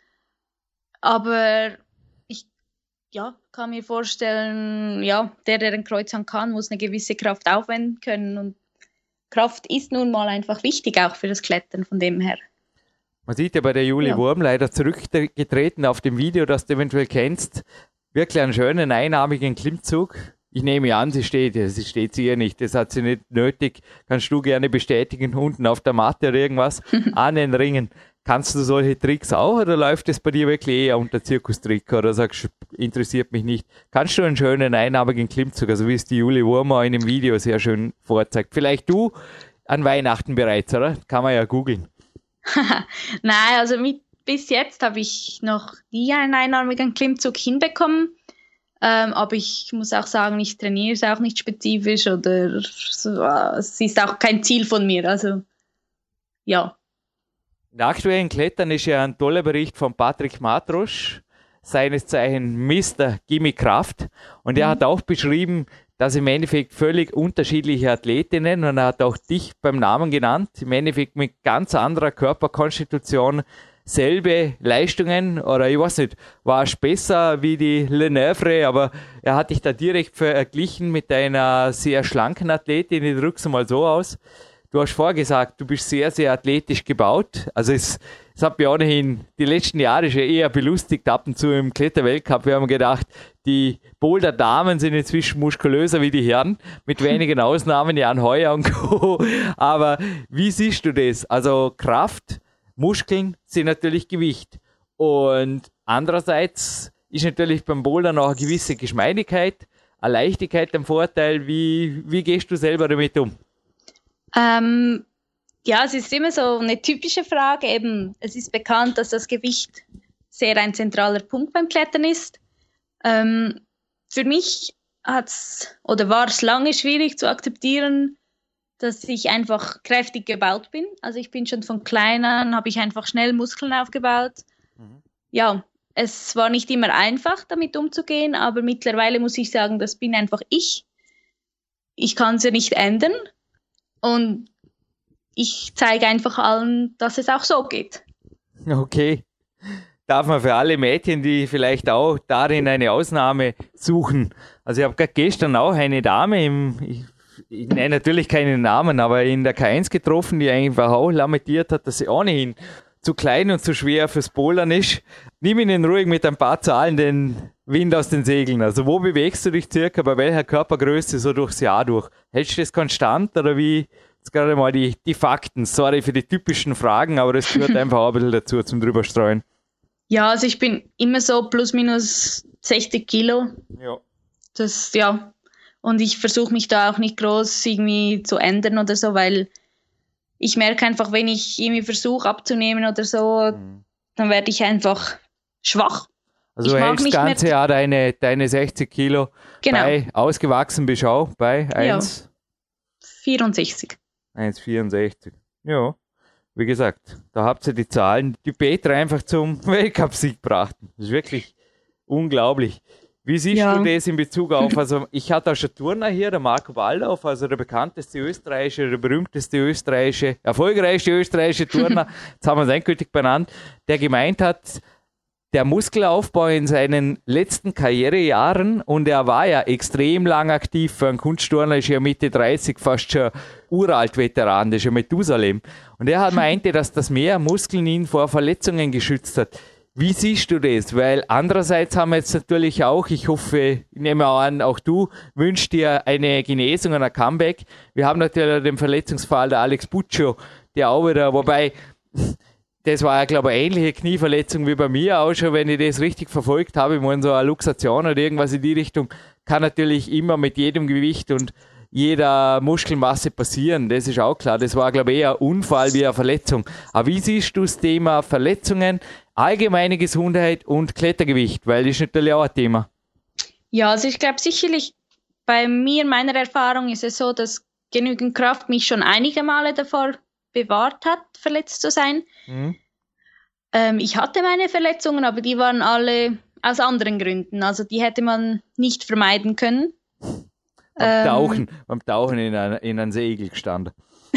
Aber ich kann mir vorstellen, der den Kreuzhang kann, muss eine gewisse Kraft aufwenden können. Und Kraft ist nun mal einfach wichtig, auch für das Klettern von dem her. Man sieht ja bei der Julie Wurm leider zurückgetreten auf dem Video, das du eventuell kennst. Wirklich einen schönen, einarmigen Klimmzug. Ich nehme an, sie steht sie nicht. Das hat sie nicht nötig. Kannst du gerne bestätigen, unten auf der Matte oder irgendwas an den Ringen. Kannst du solche Tricks auch oder läuft das bei dir wirklich eher unter Zirkustrick oder sagst du, interessiert mich nicht? Kannst du einen schönen einarmigen Klimmzug, also wie es die Julie Wurmer in dem Video sehr schön vorzeigt? Vielleicht du an Weihnachten bereits, oder? Kann man ja googeln. Nein, also bis jetzt habe ich noch nie einen einarmigen Klimmzug hinbekommen. Aber ich muss auch sagen, ich trainiere es auch nicht spezifisch oder so, es ist auch kein Ziel von mir. Also, ja. In aktuellen Klettern ist ja ein toller Bericht von Patrick Matrosch, seines Zeichen Mr. Gimme Kraft. Und er hat auch beschrieben, dass im Endeffekt völlig unterschiedliche Athletinnen, und er hat auch dich beim Namen genannt, im Endeffekt mit ganz anderer Körperkonstitution selbe Leistungen, oder ich weiß nicht, warst besser wie die Lenevre, aber er hat dich da direkt verglichen mit einer sehr schlanken Athletin, ich drück's mal so aus. Du hast vorher gesagt, du bist sehr, sehr athletisch gebaut. Also es hat mich ohnehin die letzten Jahre schon eher belustigt, ab und zu im Kletterweltcup. Wir haben gedacht, die Boulder-Damen sind inzwischen muskulöser wie die Herren, mit wenigen Ausnahmen, Jan Heuer und Co. Aber wie siehst du das? Also Kraft, Muskeln sind natürlich Gewicht. Und andererseits ist natürlich beim Bouldern auch eine gewisse Geschmeidigkeit, eine Leichtigkeit ein Vorteil. Wie gehst du selber damit um? Ja, es ist immer so eine typische Frage. Eben, es ist bekannt, dass das Gewicht sehr ein zentraler Punkt beim Klettern ist. Für mich war es lange schwierig zu akzeptieren, dass ich einfach kräftig gebaut bin. Also ich bin schon von klein an, habe ich einfach schnell Muskeln aufgebaut. Ja, es war nicht immer einfach, damit umzugehen, aber mittlerweile muss ich sagen, das bin einfach ich. Ich kann es ja nicht ändern. Und ich zeige einfach allen, dass es auch so geht. Okay. Darf man für alle Mädchen, die vielleicht auch darin eine Ausnahme suchen. Also ich habe gerade gestern auch eine Dame, ich nenne natürlich keinen Namen, aber in der K1 getroffen, die einfach auch lamentiert hat, dass sie ohnehin zu klein und zu schwer fürs Bouldern ist. Nimm ihnen ruhig mit ein paar Zahlen den Wind aus den Segeln. Also wo bewegst du dich circa, bei welcher Körpergröße so durchs Jahr durch? Hältst du das konstant oder wie? Jetzt gerade mal die Fakten. Sorry für die typischen Fragen, aber das gehört einfach auch ein bisschen dazu zum drüberstreuen. Ja, also ich bin immer so plus minus 60 Kilo. Ja. Und ich versuche mich da auch nicht groß irgendwie zu ändern oder so, weil ich merke einfach, wenn ich irgendwie versuche abzunehmen oder so, dann werde ich einfach schwach. Also du hältst das ganze Jahr deine 60 Kilo, genau. Ausgewachsen bist du auch bei 1,64. 1,64. Ja, wie gesagt, da habt ihr die Zahlen, die Petra einfach zum Weltcup-Sieg brachten. Das ist wirklich unglaublich. Wie siehst du das in Bezug auf, also ich hatte auch schon Turner hier, der Marco Baldauf, also der bekannteste österreichische, der berühmteste österreichische, erfolgreichste österreichische Turner, jetzt haben wir es endgültig benannt, der gemeint hat, der Muskelaufbau in seinen letzten Karrierejahren, und er war ja extrem lang aktiv, für einen Kunstturner ist ja Mitte 30 fast schon Uralt-Veteran, das ist ja Methusalem. Und er meinte, dass das mehr Muskeln ihn vor Verletzungen geschützt hat. Wie siehst du das? Weil andererseits haben wir jetzt natürlich auch, ich hoffe, ich nehme an, auch du wünschst dir eine Genesung und ein Comeback. Wir haben natürlich den Verletzungsfall der Alex Puccio, der auch wieder, wobei, das war ja, glaube ich, eine ähnliche Knieverletzung wie bei mir auch schon, wenn ich das richtig verfolgt habe. Ich meine, so eine Luxation oder irgendwas in die Richtung kann natürlich immer mit jedem Gewicht und jeder Muskelmasse passieren. Das ist auch klar. Das war, glaube ich, eher ein Unfall wie eine Verletzung. Aber wie siehst du das Thema Verletzungen, allgemeine Gesundheit und Klettergewicht? Weil das ist natürlich auch ein Thema. Ja, also ich glaube sicherlich, bei mir, meiner Erfahrung ist es so, dass genügend Kraft mich schon einige Male davor bewahrt hat, verletzt zu sein. Ich hatte meine Verletzungen, aber die waren alle aus anderen Gründen. Also die hätte man nicht vermeiden können. Beim Tauchen in einen Segel gestanden.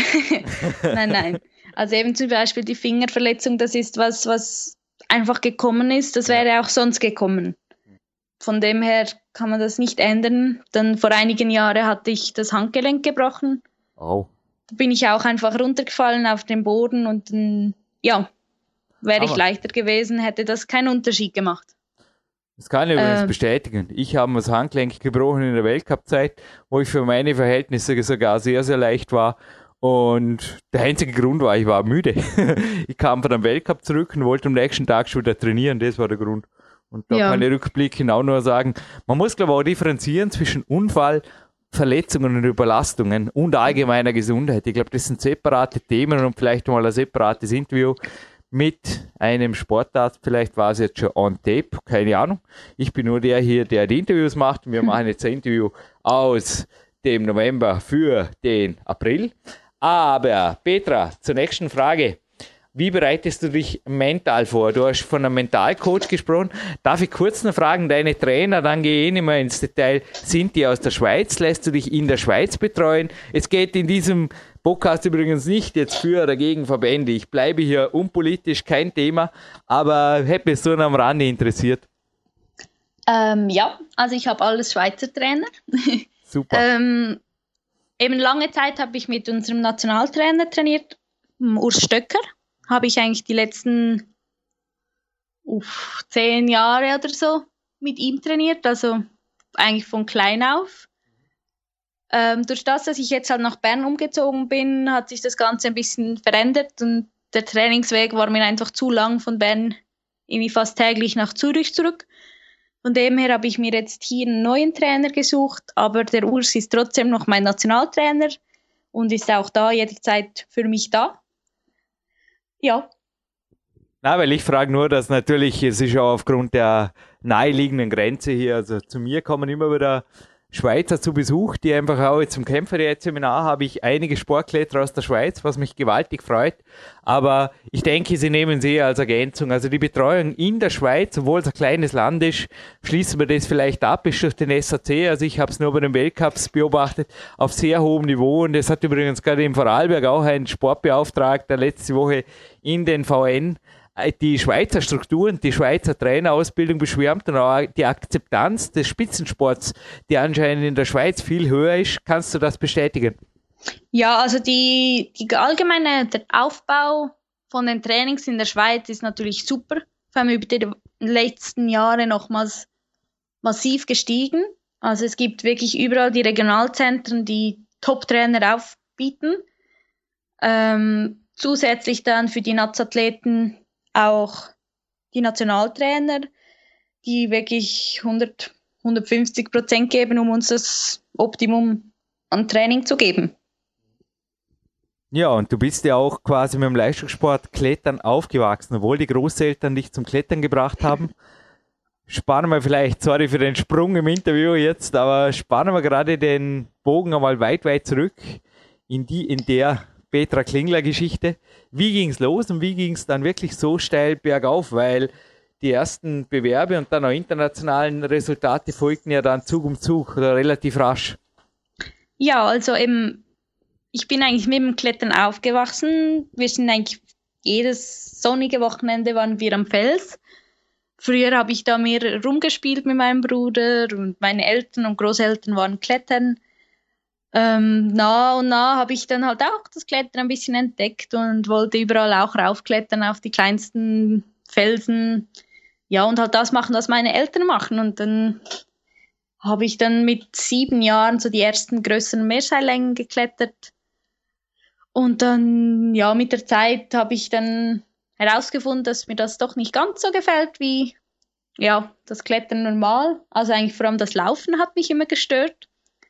Nein. Also eben zum Beispiel die Fingerverletzung, das ist was einfach gekommen ist. Das wäre auch sonst gekommen. Von dem her kann man das nicht ändern. Dann vor einigen Jahren hatte ich das Handgelenk gebrochen. Da bin ich auch einfach runtergefallen auf den Boden und dann, wäre ich leichter gewesen, hätte das keinen Unterschied gemacht. Das kann ich übrigens bestätigen. Ich habe das Handgelenk gebrochen in der Weltcup-Zeit, wo ich für meine Verhältnisse sogar sehr, sehr leicht war. Und der einzige Grund war, ich war müde. Ich kam von einem Weltcup zurück und wollte am nächsten Tag schon wieder trainieren. Das war der Grund. Und da kann ich rückblickend auch nur sagen, man muss, glaube ich, auch differenzieren zwischen Unfall, Verletzungen und Überlastungen und allgemeiner Gesundheit. Ich glaube, das sind separate Themen und vielleicht mal ein separates Interview mit einem Sportarzt. Vielleicht war es jetzt schon on tape, keine Ahnung. Ich bin nur der hier, der die Interviews macht. Wir machen jetzt ein Interview aus dem November für den April. Aber Petra, zur nächsten Frage. Wie bereitest du dich mental vor? Du hast von einem Mentalcoach gesprochen. Darf ich kurz noch fragen, deine Trainer, dann gehe ich nicht mehr ins Detail, sind die aus der Schweiz? Lässt du dich in der Schweiz betreuen? Es geht in diesem Podcast übrigens nicht jetzt für oder gegen Verbände. Ich bleibe hier unpolitisch, kein Thema, aber hätte mich so am Rande interessiert. Ja, also ich habe alles Schweizer Trainer. Super. Eben lange Zeit habe ich mit unserem Nationaltrainer trainiert, Urs Stöcker. Habe ich eigentlich die letzten 10 Jahre oder so mit ihm trainiert, also eigentlich von klein auf. Durch das, dass ich jetzt halt nach Bern umgezogen bin, hat sich das Ganze ein bisschen verändert und der Trainingsweg war mir einfach zu lang von Bern irgendwie fast täglich nach Zürich zurück. Von dem her habe ich mir jetzt hier einen neuen Trainer gesucht, aber der Urs ist trotzdem noch mein Nationaltrainer und ist auch da jederzeit für mich da. Ja. Na, weil ich frage nur, dass natürlich, es ist ja aufgrund der naheliegenden Grenze hier, also zu mir kommen immer wieder Schweizer zu Besuch, die einfach auch jetzt zum Kämpferdiät-Seminar habe ich einige Sportkletterer aus der Schweiz, was mich gewaltig freut. Aber ich denke, sie nehmen sie als Ergänzung. Also die Betreuung in der Schweiz, obwohl es ein kleines Land ist, schließen wir das vielleicht ab, ist durch den SAC. Also ich habe es nur bei den Weltcups beobachtet, auf sehr hohem Niveau. Und es hat übrigens gerade in Vorarlberg auch ein Sportbeauftragter letzte Woche in den VN die Schweizer Strukturen, die Schweizer Trainerausbildung beschwärmt und auch die Akzeptanz des Spitzensports, die anscheinend in der Schweiz viel höher ist. Kannst du das bestätigen? Ja, also der Aufbau von den Trainings in der Schweiz ist natürlich super. Vor allem über die letzten Jahre nochmals massiv gestiegen. Also es gibt wirklich überall die Regionalzentren, die Top-Trainer aufbieten. Zusätzlich dann für die Natzathleten auch die Nationaltrainer, die wirklich 150% geben, um uns das Optimum an Training zu geben. Ja, und du bist ja auch quasi mit dem Leistungssport Klettern aufgewachsen, obwohl die Großeltern dich zum Klettern gebracht haben. Spannen wir vielleicht, sorry für den Sprung im Interview jetzt, aber spannen wir gerade den Bogen einmal weit, weit zurück in der Petra Klingler-Geschichte. Wie ging es los und wie ging es dann wirklich so steil bergauf? Weil die ersten Bewerbe und dann auch internationalen Resultate folgten ja dann Zug um Zug oder relativ rasch. Ja, also ich bin eigentlich mit dem Klettern aufgewachsen. Wir sind eigentlich jedes sonnige Wochenende waren wir am Fels. Früher habe ich da mehr rumgespielt mit meinem Bruder und meine Eltern und Großeltern waren klettern. Nah und nah habe ich dann halt auch das Klettern ein bisschen entdeckt und wollte überall auch raufklettern auf die kleinsten Felsen. Ja, und halt das machen, was meine Eltern machen. Und dann habe ich dann mit 7 Jahren so die ersten größeren Meerseillängen geklettert. Und dann, ja, mit der Zeit habe ich dann herausgefunden, dass mir das doch nicht ganz so gefällt wie, ja, das Klettern normal. Also eigentlich vor allem das Laufen hat mich immer gestört.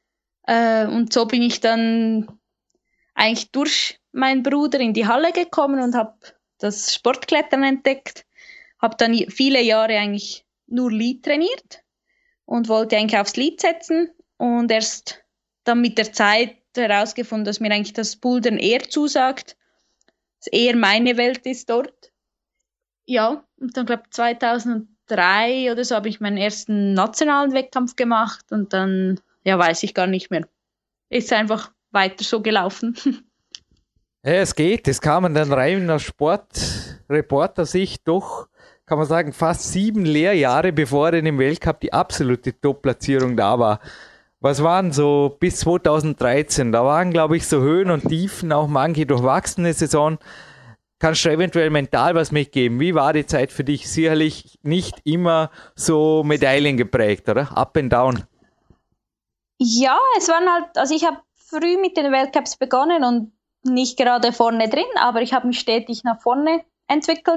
Und so bin ich dann eigentlich durch meinen Bruder in die Halle gekommen und habe das Sportklettern entdeckt. Habe dann viele Jahre eigentlich nur Lead trainiert und wollte eigentlich aufs Lead setzen. Und erst dann mit der Zeit herausgefunden, dass mir eigentlich das Bouldern eher zusagt, dass eher meine Welt ist dort. Ja, und dann glaube ich 2003 oder so habe ich meinen ersten nationalen Wettkampf gemacht und dann, ja, weiß ich gar nicht mehr. Ist einfach weiter so gelaufen. Ja, es geht. Das kann man dann rein aus Sportreporter-Sicht doch, kann man sagen, fast 7 Lehrjahre, bevor dann im Weltcup die absolute Top-Platzierung da war. Was waren so bis 2013? Da waren, glaube ich, so Höhen und Tiefen, auch manche durchwachsene Saison. Kannst du eventuell mental was mitgeben? Wie war die Zeit für dich? Sicherlich nicht immer so Medaillen geprägt, oder? Up and down. Ja, es waren halt, also ich habe früh mit den Weltcups begonnen und nicht gerade vorne drin, aber ich habe mich stetig nach vorne entwickelt.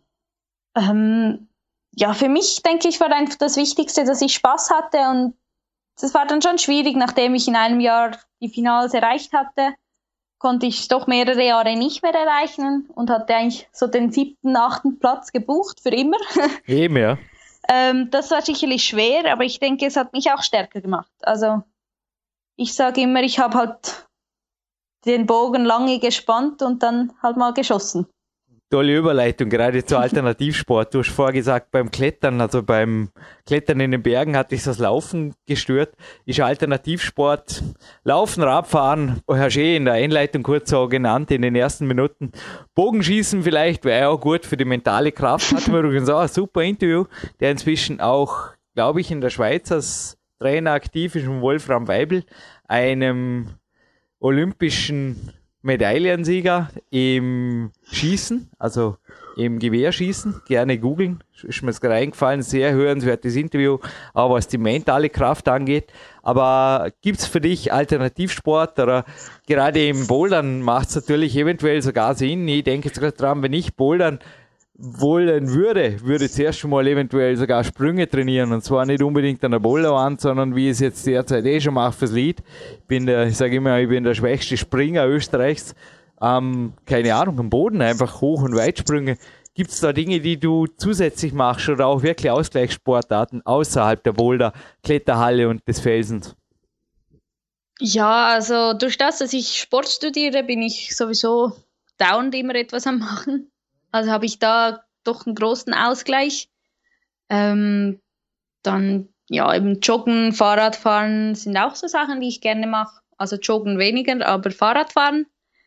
Ja, für mich, denke ich, war einfach das Wichtigste, dass ich Spaß hatte, und es war dann schon schwierig, nachdem ich in einem Jahr die Finals erreicht hatte, konnte ich es doch mehrere Jahre nicht mehr erreichen und hatte eigentlich so den 7., 8. Platz gebucht für immer. Eben, ja. Das war sicherlich schwer, aber ich denke, es hat mich auch stärker gemacht. Also ich sage immer, ich habe halt den Bogen lange gespannt und dann halt mal geschossen. Tolle Überleitung, gerade zu Alternativsport. Du hast vorher gesagt, beim Klettern, also beim Klettern in den Bergen hat dich das Laufen gestört. Ist Alternativsport Laufen, Radfahren, hast du in der Einleitung kurz so genannt, in den ersten Minuten. Bogenschießen vielleicht, wäre auch gut für die mentale Kraft. Hatten wir übrigens auch ein super Interview, der inzwischen auch, glaube ich, in der Schweiz als Trainer aktiv ist, von Wolfram Weibel, einem olympischen Medaillensieger im Schießen, also im Gewehrschießen. Gerne googeln, ist mir gerade eingefallen, sehr hörenswertes Interview, auch was die mentale Kraft angeht. Aber gibt es für dich Alternativsport, oder gerade im Bouldern macht es natürlich eventuell sogar Sinn? Ich denke jetzt gerade dran, wenn ich Bouldern wollen würde zuerst schon mal eventuell sogar Sprünge trainieren, und zwar nicht unbedingt an der Boulderwand, sondern wie ich es jetzt derzeit schon mache fürs Lied. Ich sage immer, ich bin der schwächste Springer Österreichs. Keine Ahnung, am Boden einfach Hoch- und Weitsprünge. Gibt es da Dinge, die du zusätzlich machst, oder auch wirklich Ausgleichssportarten außerhalb der Boulder, Kletterhalle und des Felsens? Ja, also durch das, dass ich Sport studiere, bin ich sowieso dauernd immer etwas am Machen. Also habe ich da doch einen großen Ausgleich. Dann, ja, eben Joggen, Fahrradfahren sind auch so Sachen, die ich gerne mache. Also Joggen weniger, aber Fahrradfahren.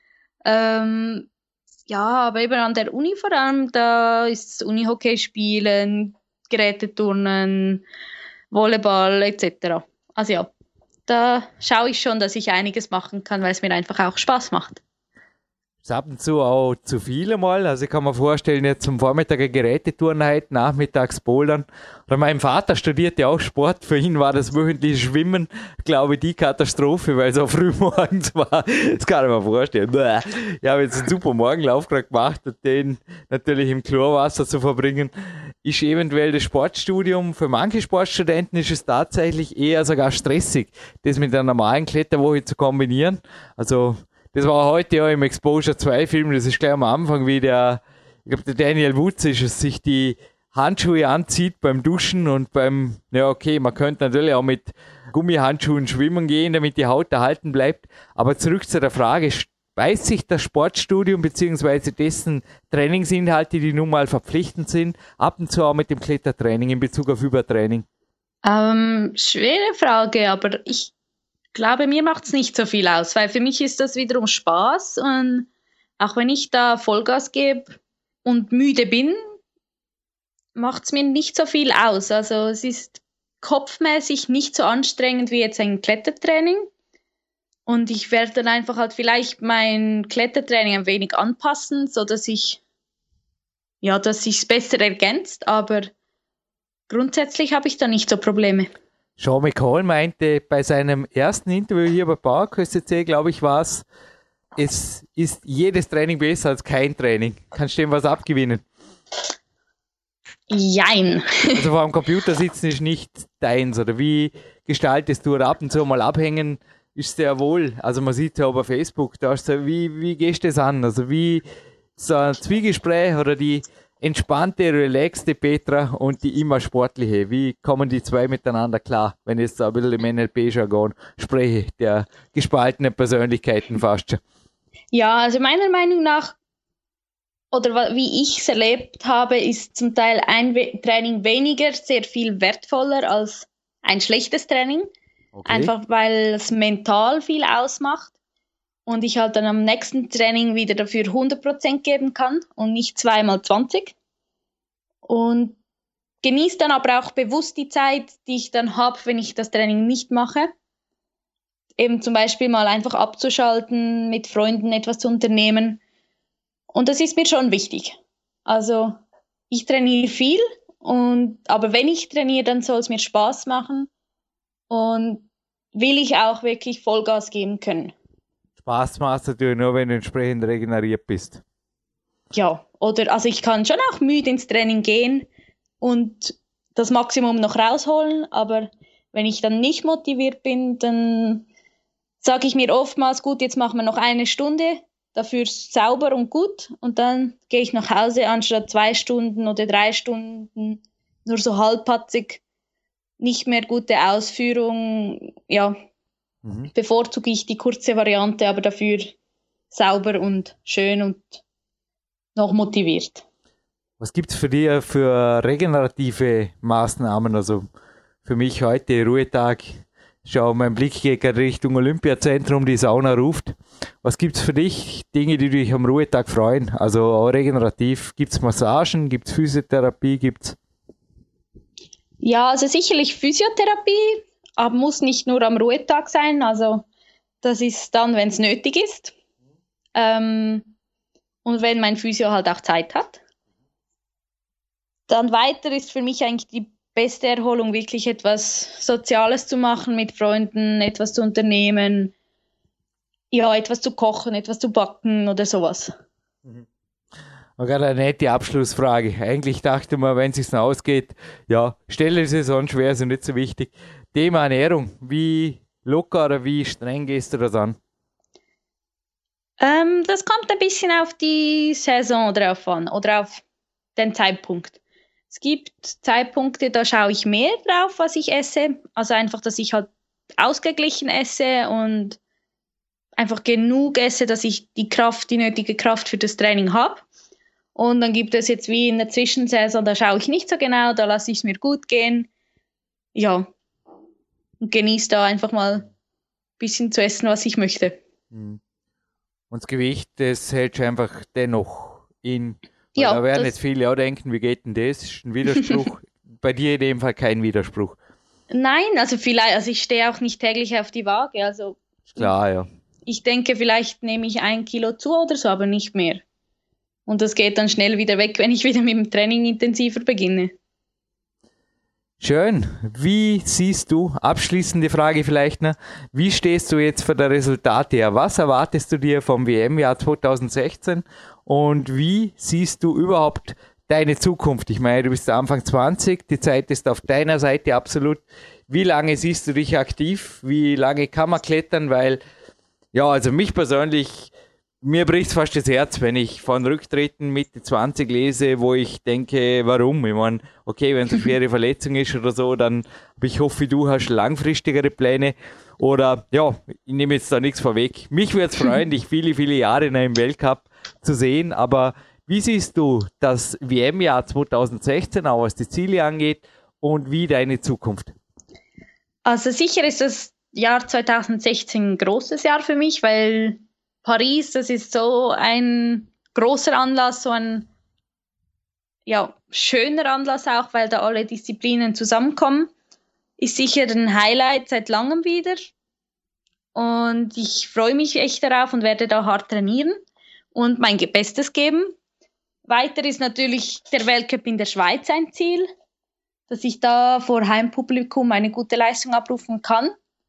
Ja, aber eben an der Uni vor allem, da ist Unihockey spielen, Geräteturnen, Volleyball etc. Also ja, da schaue ich schon, dass ich einiges machen kann, weil es mir einfach auch Spaß macht. Ist ab und zu auch zu viel einmal. Also ich kann mir vorstellen, jetzt zum Vormittag eine Geräteturnheit, nachmittags Bouldern. Oder mein Vater studiert ja auch Sport. Für ihn war das wöchentliche Schwimmen, glaube ich, die Katastrophe, weil es so früh morgens war. Das kann ich mir vorstellen. Ich habe jetzt einen super Morgenlauf gerade gemacht und den natürlich im Chlorwasser zu verbringen. Ist eventuell das Sportstudium, für manche Sportstudenten ist es tatsächlich eher sogar stressig, das mit einer normalen Kletterwoche zu kombinieren. Also das war heute ja im Exposure 2 Film, das ist gleich am Anfang, wie der Daniel Woods ist, es sich die Handschuhe anzieht beim Duschen und ja okay, man könnte natürlich auch mit Gummihandschuhen schwimmen gehen, damit die Haut erhalten bleibt. Aber zurück zu der Frage, weiß sich das Sportstudium bzw. dessen Trainingsinhalte, die nun mal verpflichtend sind, ab und zu auch mit dem Klettertraining in Bezug auf Übertraining? Schwere Frage, aber ich glaube, mir macht es nicht so viel aus, weil für mich ist das wiederum Spaß, und auch wenn ich da Vollgas gebe und müde bin, macht es mir nicht so viel aus. Also es ist kopfmäßig nicht so anstrengend wie jetzt ein Klettertraining, und ich werde dann einfach halt vielleicht mein Klettertraining ein wenig anpassen, so dass sich's besser ergänzt, aber grundsätzlich habe ich da nicht so Probleme. Sean McCall meinte bei seinem ersten Interview hier bei PowerQuest CC, glaube ich, war es ist jedes Training besser als kein Training. Kannst du dem was abgewinnen? Jein. Also vor dem Computer sitzen ist nicht deins, oder wie gestaltest du, oder ab und zu mal abhängen ist sehr wohl, also man sieht ja auch bei Facebook, da ist so, wie gehst du das an? Also wie so ein Zwiegespräch oder die entspannte, relaxte Petra und die immer sportliche. Wie kommen die zwei miteinander klar, wenn ich jetzt so ein bisschen im NLP-Jargon spreche, der gespaltenen Persönlichkeiten fast schon? Ja, also meiner Meinung nach, oder wie ich es erlebt habe, ist zum Teil ein Training weniger sehr viel wertvoller als ein schlechtes Training. Okay. Einfach weil es mental viel ausmacht und ich halt dann am nächsten Training wieder dafür 100% geben kann und nicht 2x20. Und genieße dann aber auch bewusst die Zeit, die ich dann habe, wenn ich das Training nicht mache. Eben zum Beispiel mal einfach abzuschalten, mit Freunden etwas zu unternehmen. Und das ist mir schon wichtig. Also ich trainiere viel, aber wenn ich trainiere, dann soll es mir Spaß machen und will ich auch wirklich Vollgas geben können. Spaß macht natürlich nur, wenn du entsprechend regeneriert bist. Ja, oder also ich kann schon auch müde ins Training gehen und das Maximum noch rausholen, aber wenn ich dann nicht motiviert bin, dann sage ich mir oftmals, gut, jetzt machen wir noch 1 Stunde, dafür sauber und gut und dann gehe ich nach Hause, anstatt 2 Stunden oder 3 Stunden nur so halbpatzig, nicht mehr gute Ausführung, ja, bevorzuge ich die kurze Variante, aber dafür sauber und schön und noch motiviert. Was gibt es für dich für regenerative Maßnahmen? Also für mich heute Ruhetag. Schau, mein Blick geht Richtung Olympiazentrum, die Sauna ruft. Was gibt es für dich? Dinge, die dich am Ruhetag freuen? Also auch regenerativ. Gibt es Massagen? Gibt es Physiotherapie? Ja, also sicherlich Physiotherapie, aber muss nicht nur am Ruhetag sein. Also das ist dann, wenn es nötig ist. Und wenn mein Physio halt auch Zeit hat. Dann weiter ist für mich eigentlich die beste Erholung, wirklich etwas Soziales zu machen mit Freunden, etwas zu unternehmen, ja, etwas zu kochen, etwas zu backen oder sowas. Okay, eine nette Abschlussfrage. Eigentlich dachte man, wenn es sich ausgeht, ja, Stelle Saison schwer, ist nicht so wichtig. Thema Ernährung, wie locker oder wie streng gehst du das an? Das kommt ein bisschen auf die Saison drauf an oder auf den Zeitpunkt. Es gibt Zeitpunkte, da schaue ich mehr drauf, was ich esse. Also einfach, dass ich halt ausgeglichen esse und einfach genug esse, dass ich die nötige Kraft für das Training habe. Und dann gibt es jetzt wie in der Zwischensaison, da schaue ich nicht so genau, da lasse ich es mir gut gehen. Ja, und genieße da einfach mal ein bisschen zu essen, was ich möchte. Und das Gewicht, das hält schon einfach dennoch in. Ja, da werden jetzt viele auch denken, wie geht denn das? Ist ein Widerspruch. Bei dir in dem Fall kein Widerspruch. Nein, also ich stehe auch nicht täglich auf die Waage. Also Ist klar, ja. ich denke, vielleicht nehme ich 1 Kilo zu oder so, aber nicht mehr. Und das geht dann schnell wieder weg, wenn ich wieder mit dem Training intensiver beginne. Schön. Wie siehst du, abschließende Frage vielleicht noch, wie stehst du jetzt für die Resultate her? Was erwartest du dir vom WM-Jahr 2016 und wie siehst du überhaupt deine Zukunft? Ich meine, du bist Anfang 20, die Zeit ist auf deiner Seite absolut. Wie lange siehst du dich aktiv? Wie lange kann man klettern? Weil, ja, also mich persönlich, mir bricht fast das Herz, wenn ich von Rücktreten Mitte 20 lese, wo ich denke, warum? Ich meine, okay, wenn es eine schwere Verletzung ist oder so, dann ich hoffe, du hast langfristigere Pläne. Oder, ja, ich nehme jetzt da nichts vorweg. Mich würde es freuen, dich viele, viele Jahre in einem Weltcup zu sehen. Aber wie siehst du das WM-Jahr 2016, auch was die Ziele angeht und wie deine Zukunft? Also sicher ist das Jahr 2016 ein großes Jahr für mich, weil Paris, das ist so ein großer Anlass, so ein schöner Anlass auch, weil da alle Disziplinen zusammenkommen. Ist sicher ein Highlight seit langem wieder. Und ich freue mich echt darauf und werde da hart trainieren und mein Bestes geben. Weiter ist natürlich der Weltcup in der Schweiz ein Ziel, dass ich da vor Heimpublikum eine gute Leistung abrufen kann.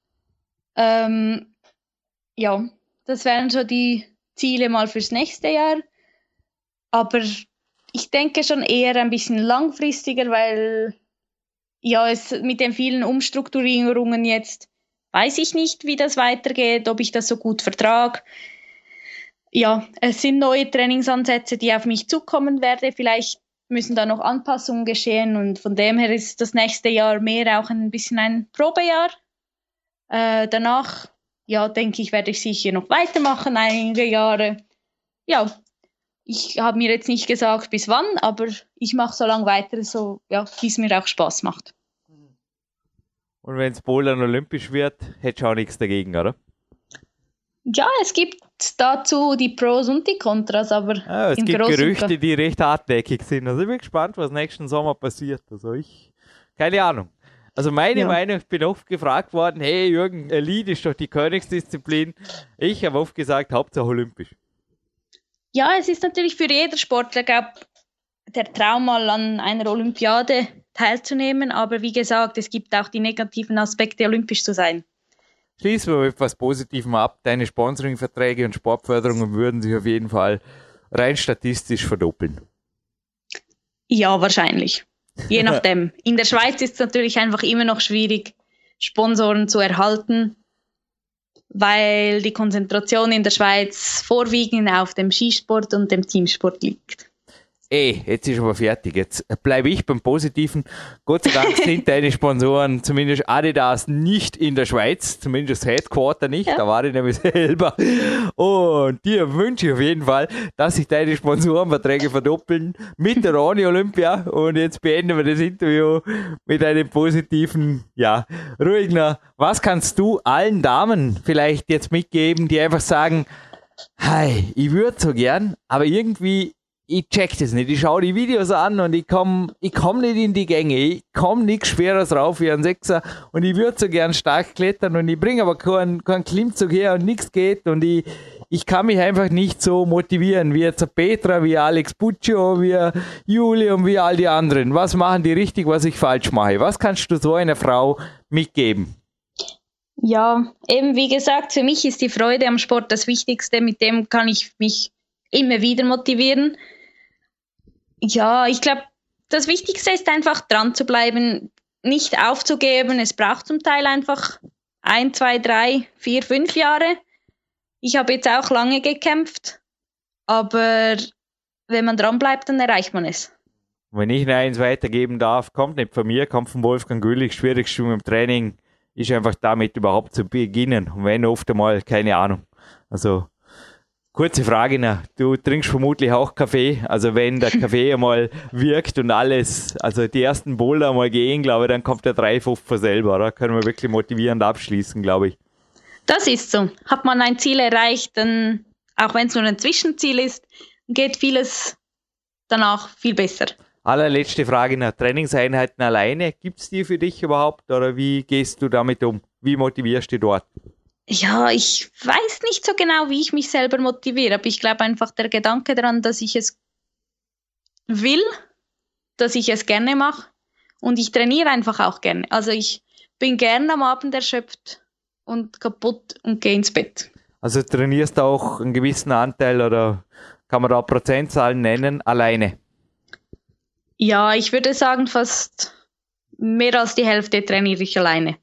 Das wären so die Ziele mal fürs nächste Jahr. Aber ich denke schon eher ein bisschen langfristiger, weil es mit den vielen Umstrukturierungen jetzt weiß ich nicht, wie das weitergeht, ob ich das so gut vertrage. Ja, es sind neue Trainingsansätze, die auf mich zukommen werden. Vielleicht müssen da noch Anpassungen geschehen und von dem her ist das nächste Jahr mehr auch ein bisschen ein Probejahr. Danach, denke ich, werde ich sicher noch weitermachen, einige Jahre. Ja, ich habe mir jetzt nicht gesagt, bis wann, aber ich mache so lange weiter, so, wie es mir auch Spaß macht. Und wenn es Bouldern olympisch wird, hättest du auch nichts dagegen, oder? Ja, es gibt dazu die Pros und die Kontras, aber es gibt Gerüchte, die recht hartnäckig sind. Also ich bin gespannt, was nächsten Sommer passiert. Also keine Ahnung. Also meine Meinung, ich bin oft gefragt worden, hey Jürgen, Elite ist doch die Königsdisziplin. Ich habe oft gesagt, Hauptsache olympisch. Ja, es ist natürlich für jeder Sportler, glaube der Traum, mal an einer Olympiade teilzunehmen. Aber wie gesagt, es gibt auch die negativen Aspekte, olympisch zu sein. schließen wir mit etwas Positivem ab. Deine Sponsoringverträge und Sportförderungen würden sich auf jeden Fall rein statistisch verdoppeln. Ja, wahrscheinlich. Je nachdem. In der Schweiz ist es natürlich einfach immer noch schwierig, Sponsoren zu erhalten, weil die Konzentration in der Schweiz vorwiegend auf dem Skisport und dem Teamsport liegt. Jetzt ist aber fertig. Jetzt bleibe ich beim Positiven. Gott sei Dank sind deine Sponsoren, zumindest Adidas, nicht in der Schweiz, zumindest das Headquarter nicht. Ja. Da war ich nämlich selber. Und dir wünsche ich auf jeden Fall, dass sich deine Sponsorenverträge verdoppeln mit der Roni Olympia. Und jetzt beenden wir das Interview mit einem positiven, Ruhigner. Was kannst du allen Damen vielleicht jetzt mitgeben, die einfach sagen, hey, ich würde so gern, aber irgendwie ich check das nicht. Ich schaue die Videos an und ich komm nicht in die Gänge. Ich komme nichts Schweres rauf wie ein Sechser und ich würde so gern stark klettern und ich bringe aber keinen Klimmzug her und nichts geht und ich kann mich einfach nicht so motivieren wie jetzt Petra, wie Alex Puccio, wie Juli und wie all die anderen. Was machen die richtig, was ich falsch mache? Was kannst du so einer Frau mitgeben? Ja, eben wie gesagt, für mich ist die Freude am Sport das Wichtigste. Mit dem kann ich mich immer wieder motivieren. Ja, ich glaube, das Wichtigste ist einfach dran zu bleiben, nicht aufzugeben. Es braucht zum Teil einfach 1, 2, 3, 4, 5 Jahre. Ich habe jetzt auch lange gekämpft, aber wenn man dran bleibt, dann erreicht man es. Wenn ich eins weitergeben darf, kommt nicht von mir, kommt von Wolfgang Güllich. Schwierigste im Training ist einfach damit überhaupt zu beginnen. Und wenn oft einmal, keine Ahnung. Also kurze Frage, du trinkst vermutlich auch Kaffee, also wenn der Kaffee einmal wirkt und alles, also die ersten Boulder einmal gehen, glaube ich, dann kommt der 3,5 von selber, da können wir wirklich motivierend abschließen, glaube ich. Das ist so. Hat man ein Ziel erreicht, dann, auch wenn es nur ein Zwischenziel ist, geht vieles danach viel besser. Allerletzte Frage, Trainingseinheiten alleine, gibt es die für dich überhaupt oder wie gehst du damit um? Wie motivierst du dort? Ja, ich weiß nicht so genau, wie ich mich selber motiviere, aber ich glaube einfach der Gedanke daran, dass ich es will, dass ich es gerne mache und ich trainiere einfach auch gerne. Also ich bin gerne am Abend erschöpft und kaputt und gehe ins Bett. Also trainierst du auch einen gewissen Anteil oder kann man da Prozentzahlen nennen, alleine? Ja, ich würde sagen, fast mehr als die Hälfte trainiere ich alleine.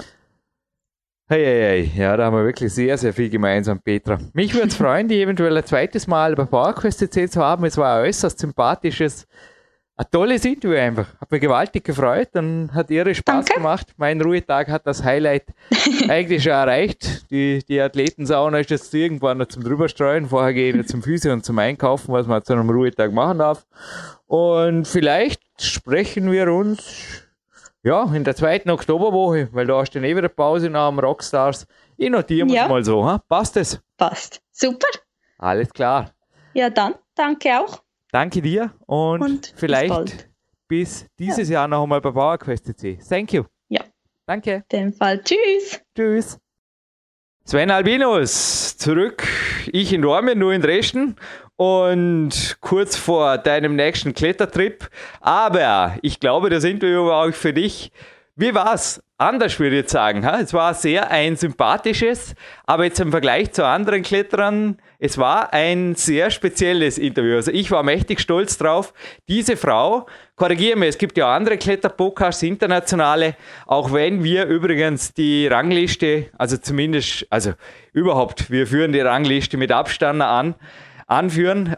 Hey, ja, da haben wir wirklich sehr, sehr viel gemeinsam, Petra. Mich würde es freuen, die eventuell ein zweites Mal bei PowerQuest CC zu haben. Es war ein äußerst sympathisches, ein tolles Interview einfach. Hat mich gewaltig gefreut und hat irre Spaß gemacht. Mein Ruhetag hat das Highlight eigentlich schon erreicht. Die Athletensauna ist jetzt irgendwann noch zum Drüberstreuen. Vorher gehe ich jetzt zum Physio und zum Einkaufen, was man zu einem Ruhetag machen darf. Und vielleicht sprechen wir uns in der 2. Oktoberwoche, weil da hast du dann wieder Pause nach dem Rockstars. Ich notiere mir mal so. Ha? Passt es? Passt. Super. Alles klar. Ja, dann. Danke auch. Danke dir und vielleicht bis dieses Jahr noch einmal bei PowerQuest CC. Thank you. Ja. Danke. In dem Fall. Tschüss. Tschüss. Sven Albinus, zurück. Ich in Dormen, nur in Dresden. Und kurz vor deinem nächsten Klettertrip. Aber ich glaube, das Interview war auch für dich. Wie war's? Anders würde ich jetzt sagen. Es war sehr ein sympathisches, aber jetzt im Vergleich zu anderen Kletterern, es war ein sehr spezielles Interview. Also ich war mächtig stolz drauf. Diese Frau, korrigiere mich, es gibt ja andere Kletterpodcasts, internationale, auch wenn wir übrigens die Rangliste, also zumindest, also überhaupt, wir führen die Rangliste mit Abstand anführen.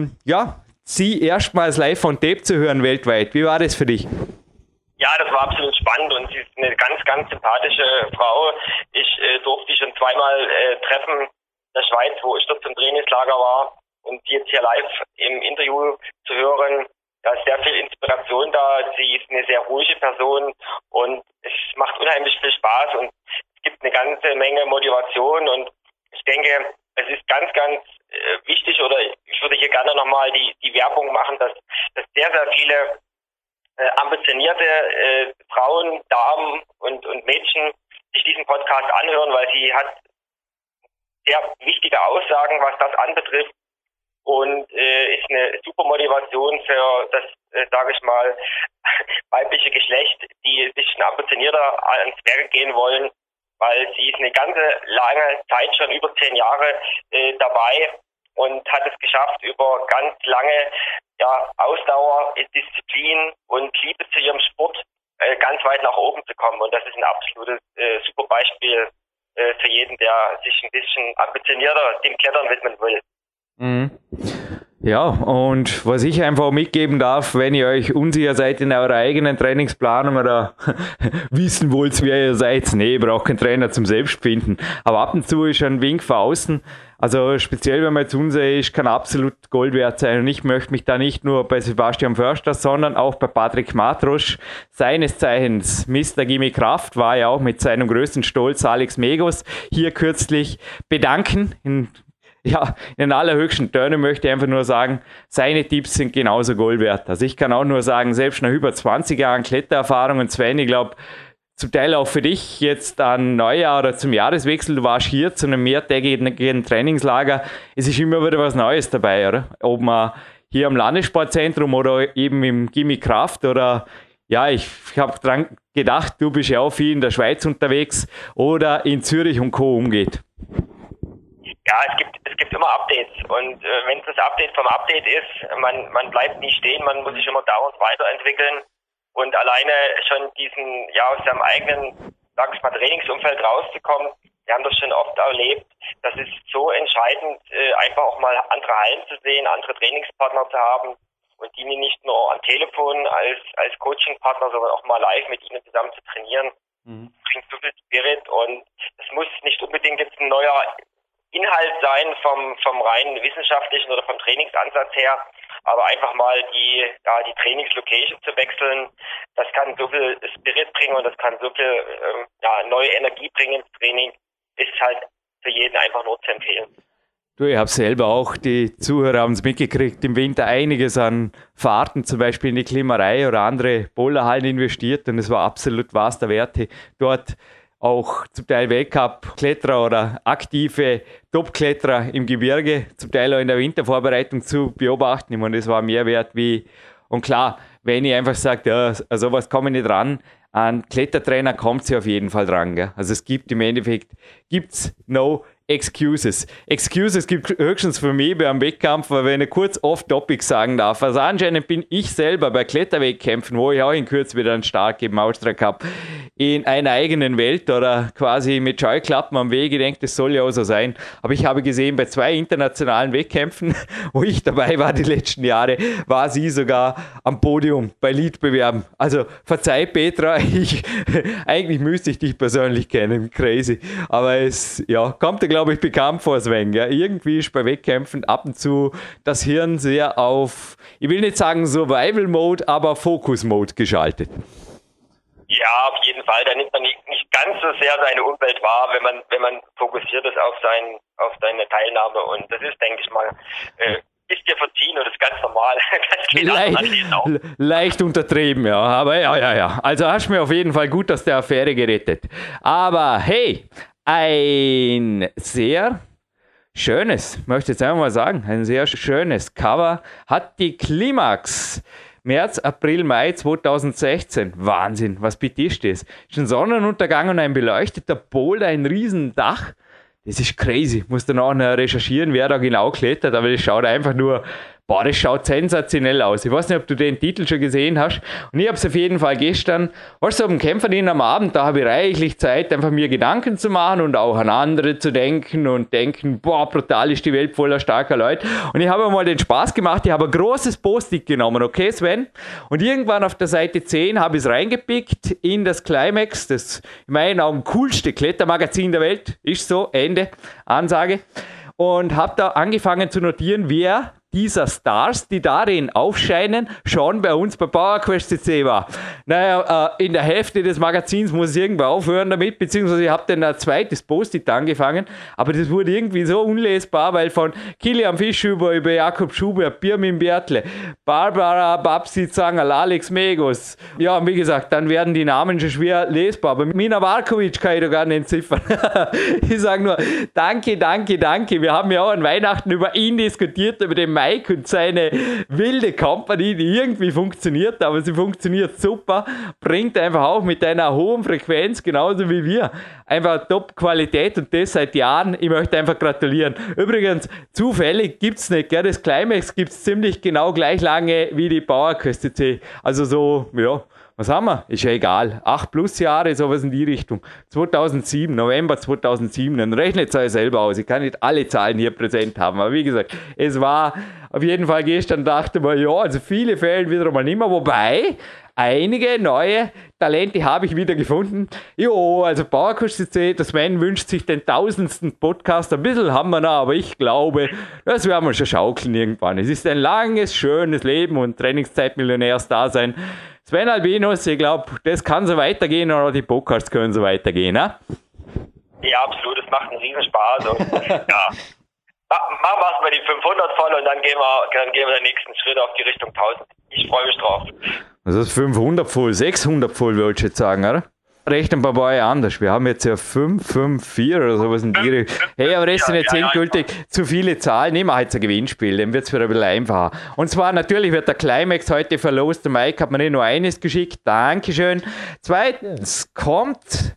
Sie erstmals live on tape zu hören weltweit. Wie war das für dich? Ja, das war absolut spannend und sie ist eine ganz, ganz sympathische Frau. Ich durfte sie schon zweimal treffen in der Schweiz, wo ich dort zum Trainingslager war und jetzt hier live im Interview zu hören. Da ist sehr viel Inspiration da. Sie ist eine sehr ruhige Person und es macht unheimlich viel Spaß und es gibt eine ganze Menge Motivation und ich denke, es ist ganz, ganz wichtig oder ich würde hier gerne nochmal die Werbung machen, dass sehr, sehr viele ambitionierte Frauen, Damen und Mädchen sich diesen Podcast anhören, weil sie hat sehr wichtige Aussagen, was das anbetrifft und ist eine super Motivation für das, sage ich mal, weibliche Geschlecht, die ein bisschen ambitionierter ans Werk gehen wollen weil sie ist eine ganze lange Zeit, schon über 10 Jahre dabei und hat es geschafft, über ganz lange Ausdauer, Disziplin und Liebe zu ihrem Sport ganz weit nach oben zu kommen. Und das ist ein absolutes super Beispiel für jeden, der sich ein bisschen ambitionierter dem Klettern widmen will. Mhm. Ja, und was ich einfach mitgeben darf, wenn ihr euch unsicher seid in eurer eigenen Trainingsplanung oder wissen wollt, wer ihr seid, nee, ihr braucht keinen Trainer zum Selbstfinden. Aber ab und zu ist ein Wink von außen, also speziell wenn man jetzt unsicher ist, kann absolut Gold wert sein. Und ich möchte mich da nicht nur bei Sebastian Förster, sondern auch bei Patrick Matrosch, seines Zeichens Mr. Gimme Kraft, war ja auch mit seinem größten Stolz Alex Megos hier kürzlich bedanken. In den allerhöchsten Tönen möchte ich einfach nur sagen, seine Tipps sind genauso Gold wert. Also ich kann auch nur sagen, selbst nach über 20 Jahren Klettererfahrung, und Sven, ich glaube, zum Teil auch für dich jetzt an Neujahr oder zum Jahreswechsel, du warst hier zu einem mehrtägigen Trainingslager, es ist immer wieder was Neues dabei, oder? Ob man hier am Landessportzentrum oder eben im Gimme Kraft oder ich habe dran gedacht, du bist ja auch viel in der Schweiz unterwegs oder in Zürich und Co. umgeht. Ja, es gibt immer Updates und wenn das Update vom Update ist, man bleibt nie stehen, man muss sich immer dauernd weiterentwickeln und alleine schon aus seinem eigenen, sag ich mal, Trainingsumfeld rauszukommen, wir haben das schon oft erlebt, das ist so entscheidend, einfach auch mal andere Hallen zu sehen, andere Trainingspartner zu haben und die nicht nur am Telefon als Coachingpartner, sondern auch mal live mit ihnen zusammen zu trainieren, bringt so viel Spirit und es muss nicht unbedingt jetzt ein neuer Inhalt sein vom rein wissenschaftlichen oder vom Trainingsansatz her, aber einfach mal die Trainingslocation zu wechseln, das kann so viel Spirit bringen und das kann so viel neue Energie bringen ins Training, ist halt für jeden einfach nur zu empfehlen. Du, ich habe selber auch, die Zuhörer haben es mitgekriegt, im Winter einiges an Fahrten, zum Beispiel in die Klimmerei oder andere Boulderhallen investiert und es war absolut was der Werte dort auch zum Teil Weltcup-Kletterer oder aktive Top-Kletterer im Gebirge, zum Teil auch in der Wintervorbereitung zu beobachten. Ich meine, das war mehr wert wie, und klar, wenn ich einfach sage, sowas komme ich nicht ran, an Klettertrainer kommt sie auf jeden Fall dran. Gell? Also es gibt im Endeffekt, no Excuses. Excuses gibt es höchstens für mich beim Wettkampf, weil wenn ich kurz off-topic sagen darf. Also anscheinend bin ich selber bei Kletterwettkämpfen, wo ich auch in Kürze wieder einen Start im Austria Cup, in einer eigenen Welt oder quasi mit Scheuklappen am Weg. Ich denke, das soll ja auch so sein. Aber ich habe gesehen, bei 2 internationalen Wettkämpfen, wo ich dabei war die letzten Jahre, war sie sogar am Podium bei Leadbewerben. Also verzeih Petra, eigentlich müsste ich dich persönlich kennen, crazy. Aber es kommt glaube ich, bekannt vor, Sven. Ja? Irgendwie ist bei Wettkämpfen ab und zu das Hirn sehr auf, ich will nicht sagen Survival-Mode, aber Focus-Mode geschaltet. Ja, auf jeden Fall. Da nimmt man nicht ganz so sehr seine Umwelt wahr, wenn man fokussiert ist auf seine Teilnahme. Und das ist, denke ich mal, ist dir verziehen und das ist ganz normal. Leicht untertrieben, ja. Aber ja. Also hast du mir auf jeden Fall gut aus der Affäre gerettet. Aber hey, ein sehr schönes, möchte ich jetzt einfach mal sagen, ein sehr schönes Cover hat die Klimax März, April, Mai 2016. Wahnsinn, was bitte ist das? Ist ein Sonnenuntergang und ein beleuchteter Boulder, ein Riesendach. Das ist crazy. Muss dann auch noch recherchieren, wer da genau klettert, aber das schaut einfach nur, das schaut sensationell aus. Ich weiß nicht, ob du den Titel schon gesehen hast. Und ich habe es auf jeden Fall gestern, auf dem Kämpferdienst am Abend, da habe ich reichlich Zeit, einfach mir Gedanken zu machen und auch an andere zu denken und denken, brutal ist die Welt voller starker Leute. Und ich habe mal den Spaß gemacht, ich habe ein großes Post-it genommen, okay Sven? Und irgendwann auf der Seite 10 habe ich es reingepickt in das Climax, das in meinen Augen coolste Klettermagazin der Welt, ist so, Ende, Ansage. Und habe da angefangen zu notieren, wer dieser Stars, die darin aufscheinen, schon bei uns bei PowerQuest CC war. Naja, in der Hälfte des Magazins muss ich irgendwann aufhören damit, beziehungsweise ich habe dann ein zweites Post-it angefangen, aber das wurde irgendwie so unlesbar, weil von Kilian Fischhuber über Jakob Schubert, Birmin Bertle, Barbara Babsi Zanger, Alex Megos, ja, und wie gesagt, dann werden die Namen schon schwer lesbar, aber Mina Markovic kann ich da gar nicht entziffern. Ich sage nur, danke, wir haben ja auch an Weihnachten über ihn diskutiert, über den Mike und seine wilde Company, die irgendwie funktioniert, aber sie funktioniert super, bringt einfach auch mit einer hohen Frequenz, genauso wie wir, einfach Top-Qualität und das seit Jahren. Ich möchte einfach gratulieren. Übrigens, zufällig gibt es nicht, gell? Das Climax gibt es ziemlich genau gleich lange wie die PowerQuest CC. Also so, ja, was haben wir? Ist ja egal. 8+ Jahre, sowas in die Richtung. 2007, November 2007. Dann rechnet es euch selber aus. Ich kann nicht alle Zahlen hier präsent haben. Aber wie gesagt, es war auf jeden Fall gestern, dachte man, ja, also viele fehlen wieder mal nicht mehr. Wobei, einige neue Talente habe ich wieder gefunden. Jo, also PowerQuest CC, der Sven wünscht sich den 1000. Podcast. Ein bisschen haben wir noch, aber ich glaube, das werden wir schon schaukeln irgendwann. Es ist ein langes, schönes Leben und Trainingszeitmillionärs-Dasein. Sven Albinus, ich glaube, das kann so weitergehen oder die Podcasts können so weitergehen, ne? Ja, absolut, es macht einen riesen Spaß und ja, machen wir erstmal die 500 voll und dann gehen wir den nächsten Schritt auf die Richtung 1000. Ich freue mich drauf. Das ist 500 voll, 600 voll, wollte ich jetzt sagen, oder? Rechnen wir bei euch anders. Wir haben jetzt ja 554 oder sowas in die Richtung. Hey, aber das sind jetzt endgültig zu viele Zahlen. Nehmen wir jetzt ein Gewinnspiel, dann wird es wieder ein bisschen einfacher. Und zwar natürlich wird der Climax heute verlost. Der Mike hat mir nicht nur eines geschickt. Dankeschön. Zweitens kommt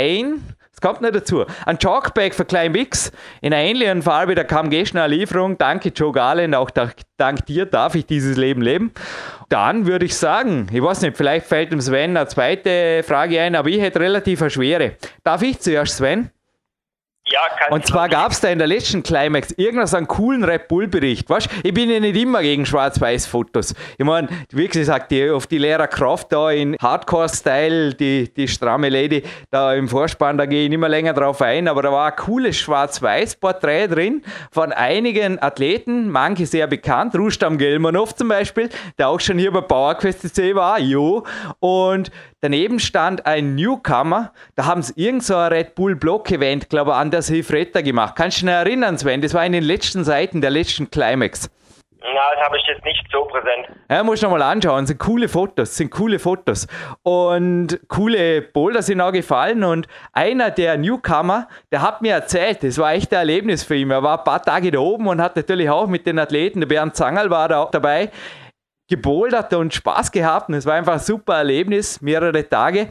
es kommt nicht dazu. Ein Chalkbag für Climax in einer ähnlichen Farbe, da kam gestern eine Lieferung. Danke Joe Garland, auch dank dir darf ich dieses Leben leben. Dann würde ich sagen, ich weiß nicht, vielleicht fällt dem Sven eine zweite Frage ein, aber ich hätte relativ eine schwere. Darf ich zuerst, Sven? Ja, und zwar gab es da in der letzten Climax irgendwas einen coolen Red Bull-Bericht. Weißt, ich bin ja nicht immer gegen Schwarz-Weiß-Fotos. Ich meine, wie gesagt, auf die Lara Croft da in Hardcore-Style, die stramme Lady da im Vorspann, da gehe ich nicht mehr länger drauf ein, aber da war ein cooles Schwarz-Weiß-Porträt drin von einigen Athleten, manche sehr bekannt, Rustam Gelmanov zum Beispiel, der auch schon hier bei PowerQuest CC war, und daneben stand ein Newcomer, da haben sie irgend so ein Red Bull Block-Event, glaube ich, an der Silfretta gemacht. Kannst du dich noch erinnern, Sven? Das war in den letzten Seiten der letzten Climax. Na, das habe ich jetzt nicht so präsent. Ja, musst du noch mal anschauen. Sind coole Fotos. Und coole Boulder sind auch gefallen. Und einer der Newcomer, der hat mir erzählt, das war echt ein Erlebnis für ihn. Er war ein paar Tage da oben und hat natürlich auch mit den Athleten, der Bernd Zangerl war da auch dabei, gebouldert und Spaß gehabt. Und es war einfach ein super Erlebnis, mehrere Tage.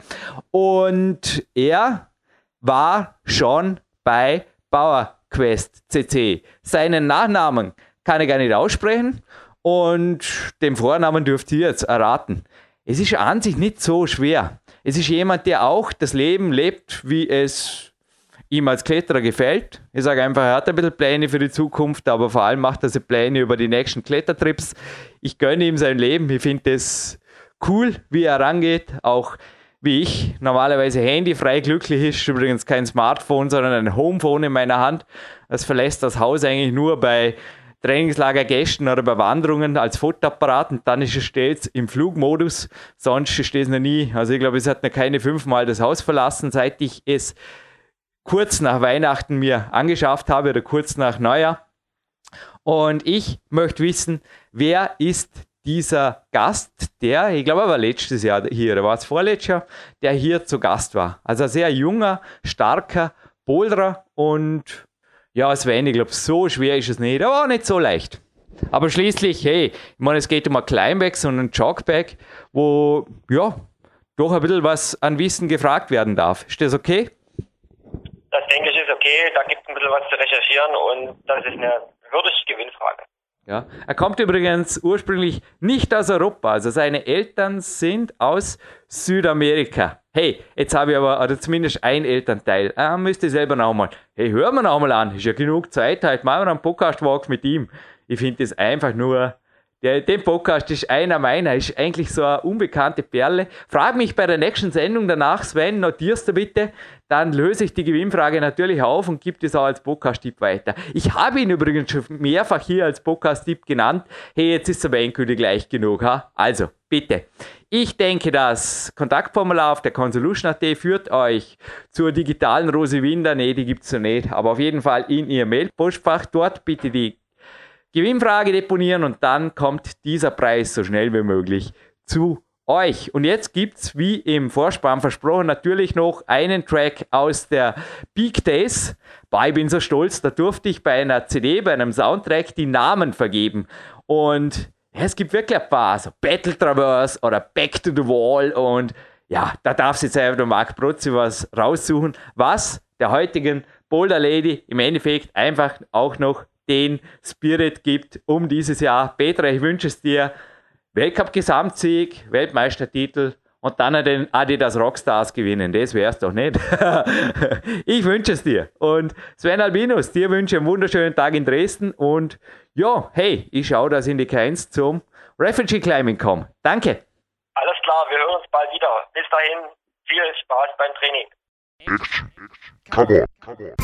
Und er war schon bei PowerQuest CC. Seinen Nachnamen kann ich gar nicht aussprechen und den Vornamen dürft ihr jetzt erraten. Es ist an sich nicht so schwer. Es ist jemand, der auch das Leben lebt, wie es ihm als Kletterer gefällt. Ich sage einfach, er hat ein bisschen Pläne für die Zukunft, aber vor allem macht er sich Pläne über die nächsten Klettertrips. Ich gönne ihm sein Leben. Ich finde es cool, wie er rangeht, auch wie ich, normalerweise handyfrei glücklich ist, übrigens kein Smartphone, sondern ein Homephone in meiner Hand. Das verlässt das Haus eigentlich nur bei Trainingslagergästen oder bei Wanderungen als Fotoapparat und dann ist es stets im Flugmodus, sonst steht es noch nie. Also ich glaube, es hat noch keine 5-mal das Haus verlassen, seit ich es kurz nach Weihnachten mir angeschafft habe oder kurz nach Neujahr. Und ich möchte wissen, wer ist dieser Gast, der, ich glaube, er war letztes Jahr hier, oder war es vorletztes Jahr, der hier zu Gast war. Also ein sehr junger, starker Boulderer und ja, Sven, ich glaube, so schwer ist es nicht, aber auch nicht so leicht. Aber schließlich, hey, ich meine, es geht um ein Climbacks und ein Chalkbag, wo, ja, doch ein bisschen was an Wissen gefragt werden darf. Ist das okay? Das denke ich ist okay, da gibt es ein bisschen was zu recherchieren und das ist eine würdige Gewinnfrage. Ja, er kommt übrigens ursprünglich nicht aus Europa, also seine Eltern sind aus Südamerika. Hey, jetzt habe ich aber, oder zumindest ein Elternteil, müsste ich selber noch mal. Hey, hören wir noch mal an, ist ja genug Zeit, halt machen wir einen Podcast-Walk mit ihm. Ich finde das einfach nur, der Podcast ist einer meiner, ist eigentlich so eine unbekannte Perle. Frag mich bei der nächsten Sendung danach, Sven, notierst du bitte, dann löse ich die Gewinnfrage natürlich auf und gebe das auch als Podcast-Tipp weiter. Ich habe ihn übrigens schon mehrfach hier als Podcast-Tipp genannt. Hey, jetzt ist es aber endgültig gleich genug. Ha? Also, bitte. Ich denke, das Kontaktformular auf der Consolution.at führt euch zur digitalen Rose Winder. Nee, die gibt es noch nicht, aber auf jeden Fall in ihr Mail-Postfach. Dort bitte die Gewinnfrage deponieren und dann kommt dieser Preis so schnell wie möglich zu euch. Und jetzt gibt es, wie im Vorspann versprochen, natürlich noch einen Track aus der Peak Days. Ich bin so stolz, da durfte ich bei einer CD, bei einem Soundtrack die Namen vergeben. Und ja, es gibt wirklich ein paar, so Battle Traverse oder Back to the Wall. Und ja, da darf sich jetzt einfach der Marc Protzi was raussuchen, was der heutigen Boulder Lady im Endeffekt einfach auch noch den Spirit gibt um dieses Jahr. Petra, ich wünsche es dir. Weltcup-Gesamtsieg, Weltmeistertitel und dann den Adidas Rockstars gewinnen. Das wär's doch nicht. Ich wünsche es dir. Und Sven Albinus, dir wünsche ich einen wunderschönen Tag in Dresden. Und ja, hey, ich schaue, dass ich in die K1 zum Refugee Climbing komme. Danke. Alles klar, wir hören uns bald wieder. Bis dahin, viel Spaß beim Training. Action. Come on.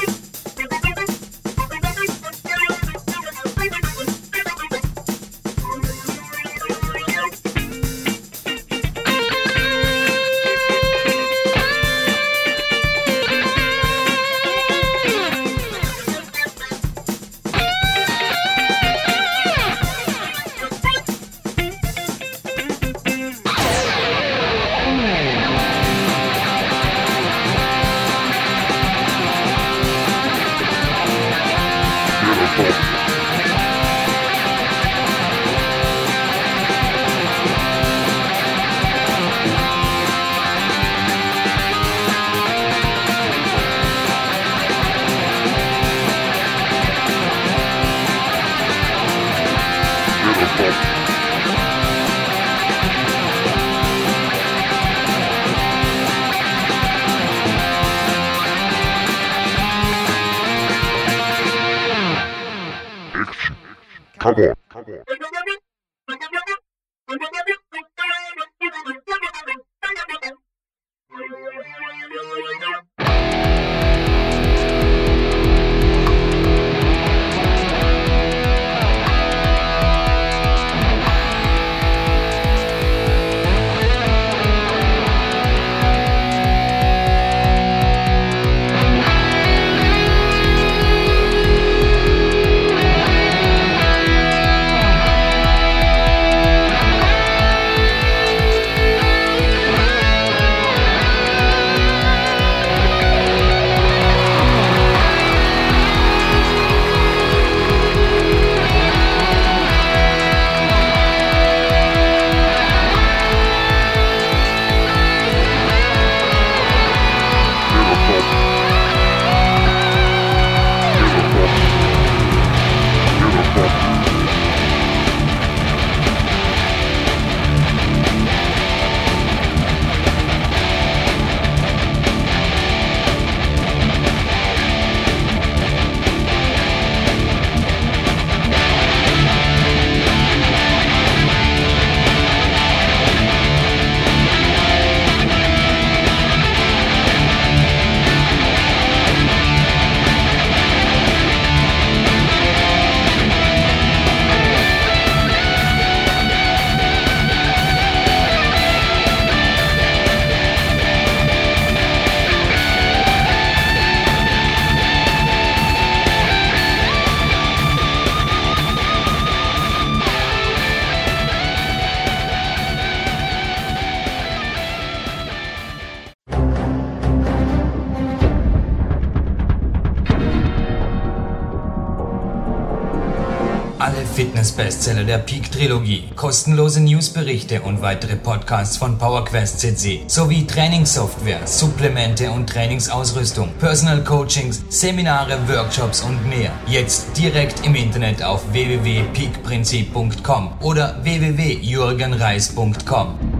Come on. Fitness-Bestseller der Peak-Trilogie, kostenlose Newsberichte und weitere Podcasts von PowerQuest CC sowie Trainingssoftware, Supplemente und Trainingsausrüstung, Personal Coachings, Seminare, Workshops und mehr. Jetzt direkt im Internet auf www.peakprinzip.com oder www.jürgenreis.com.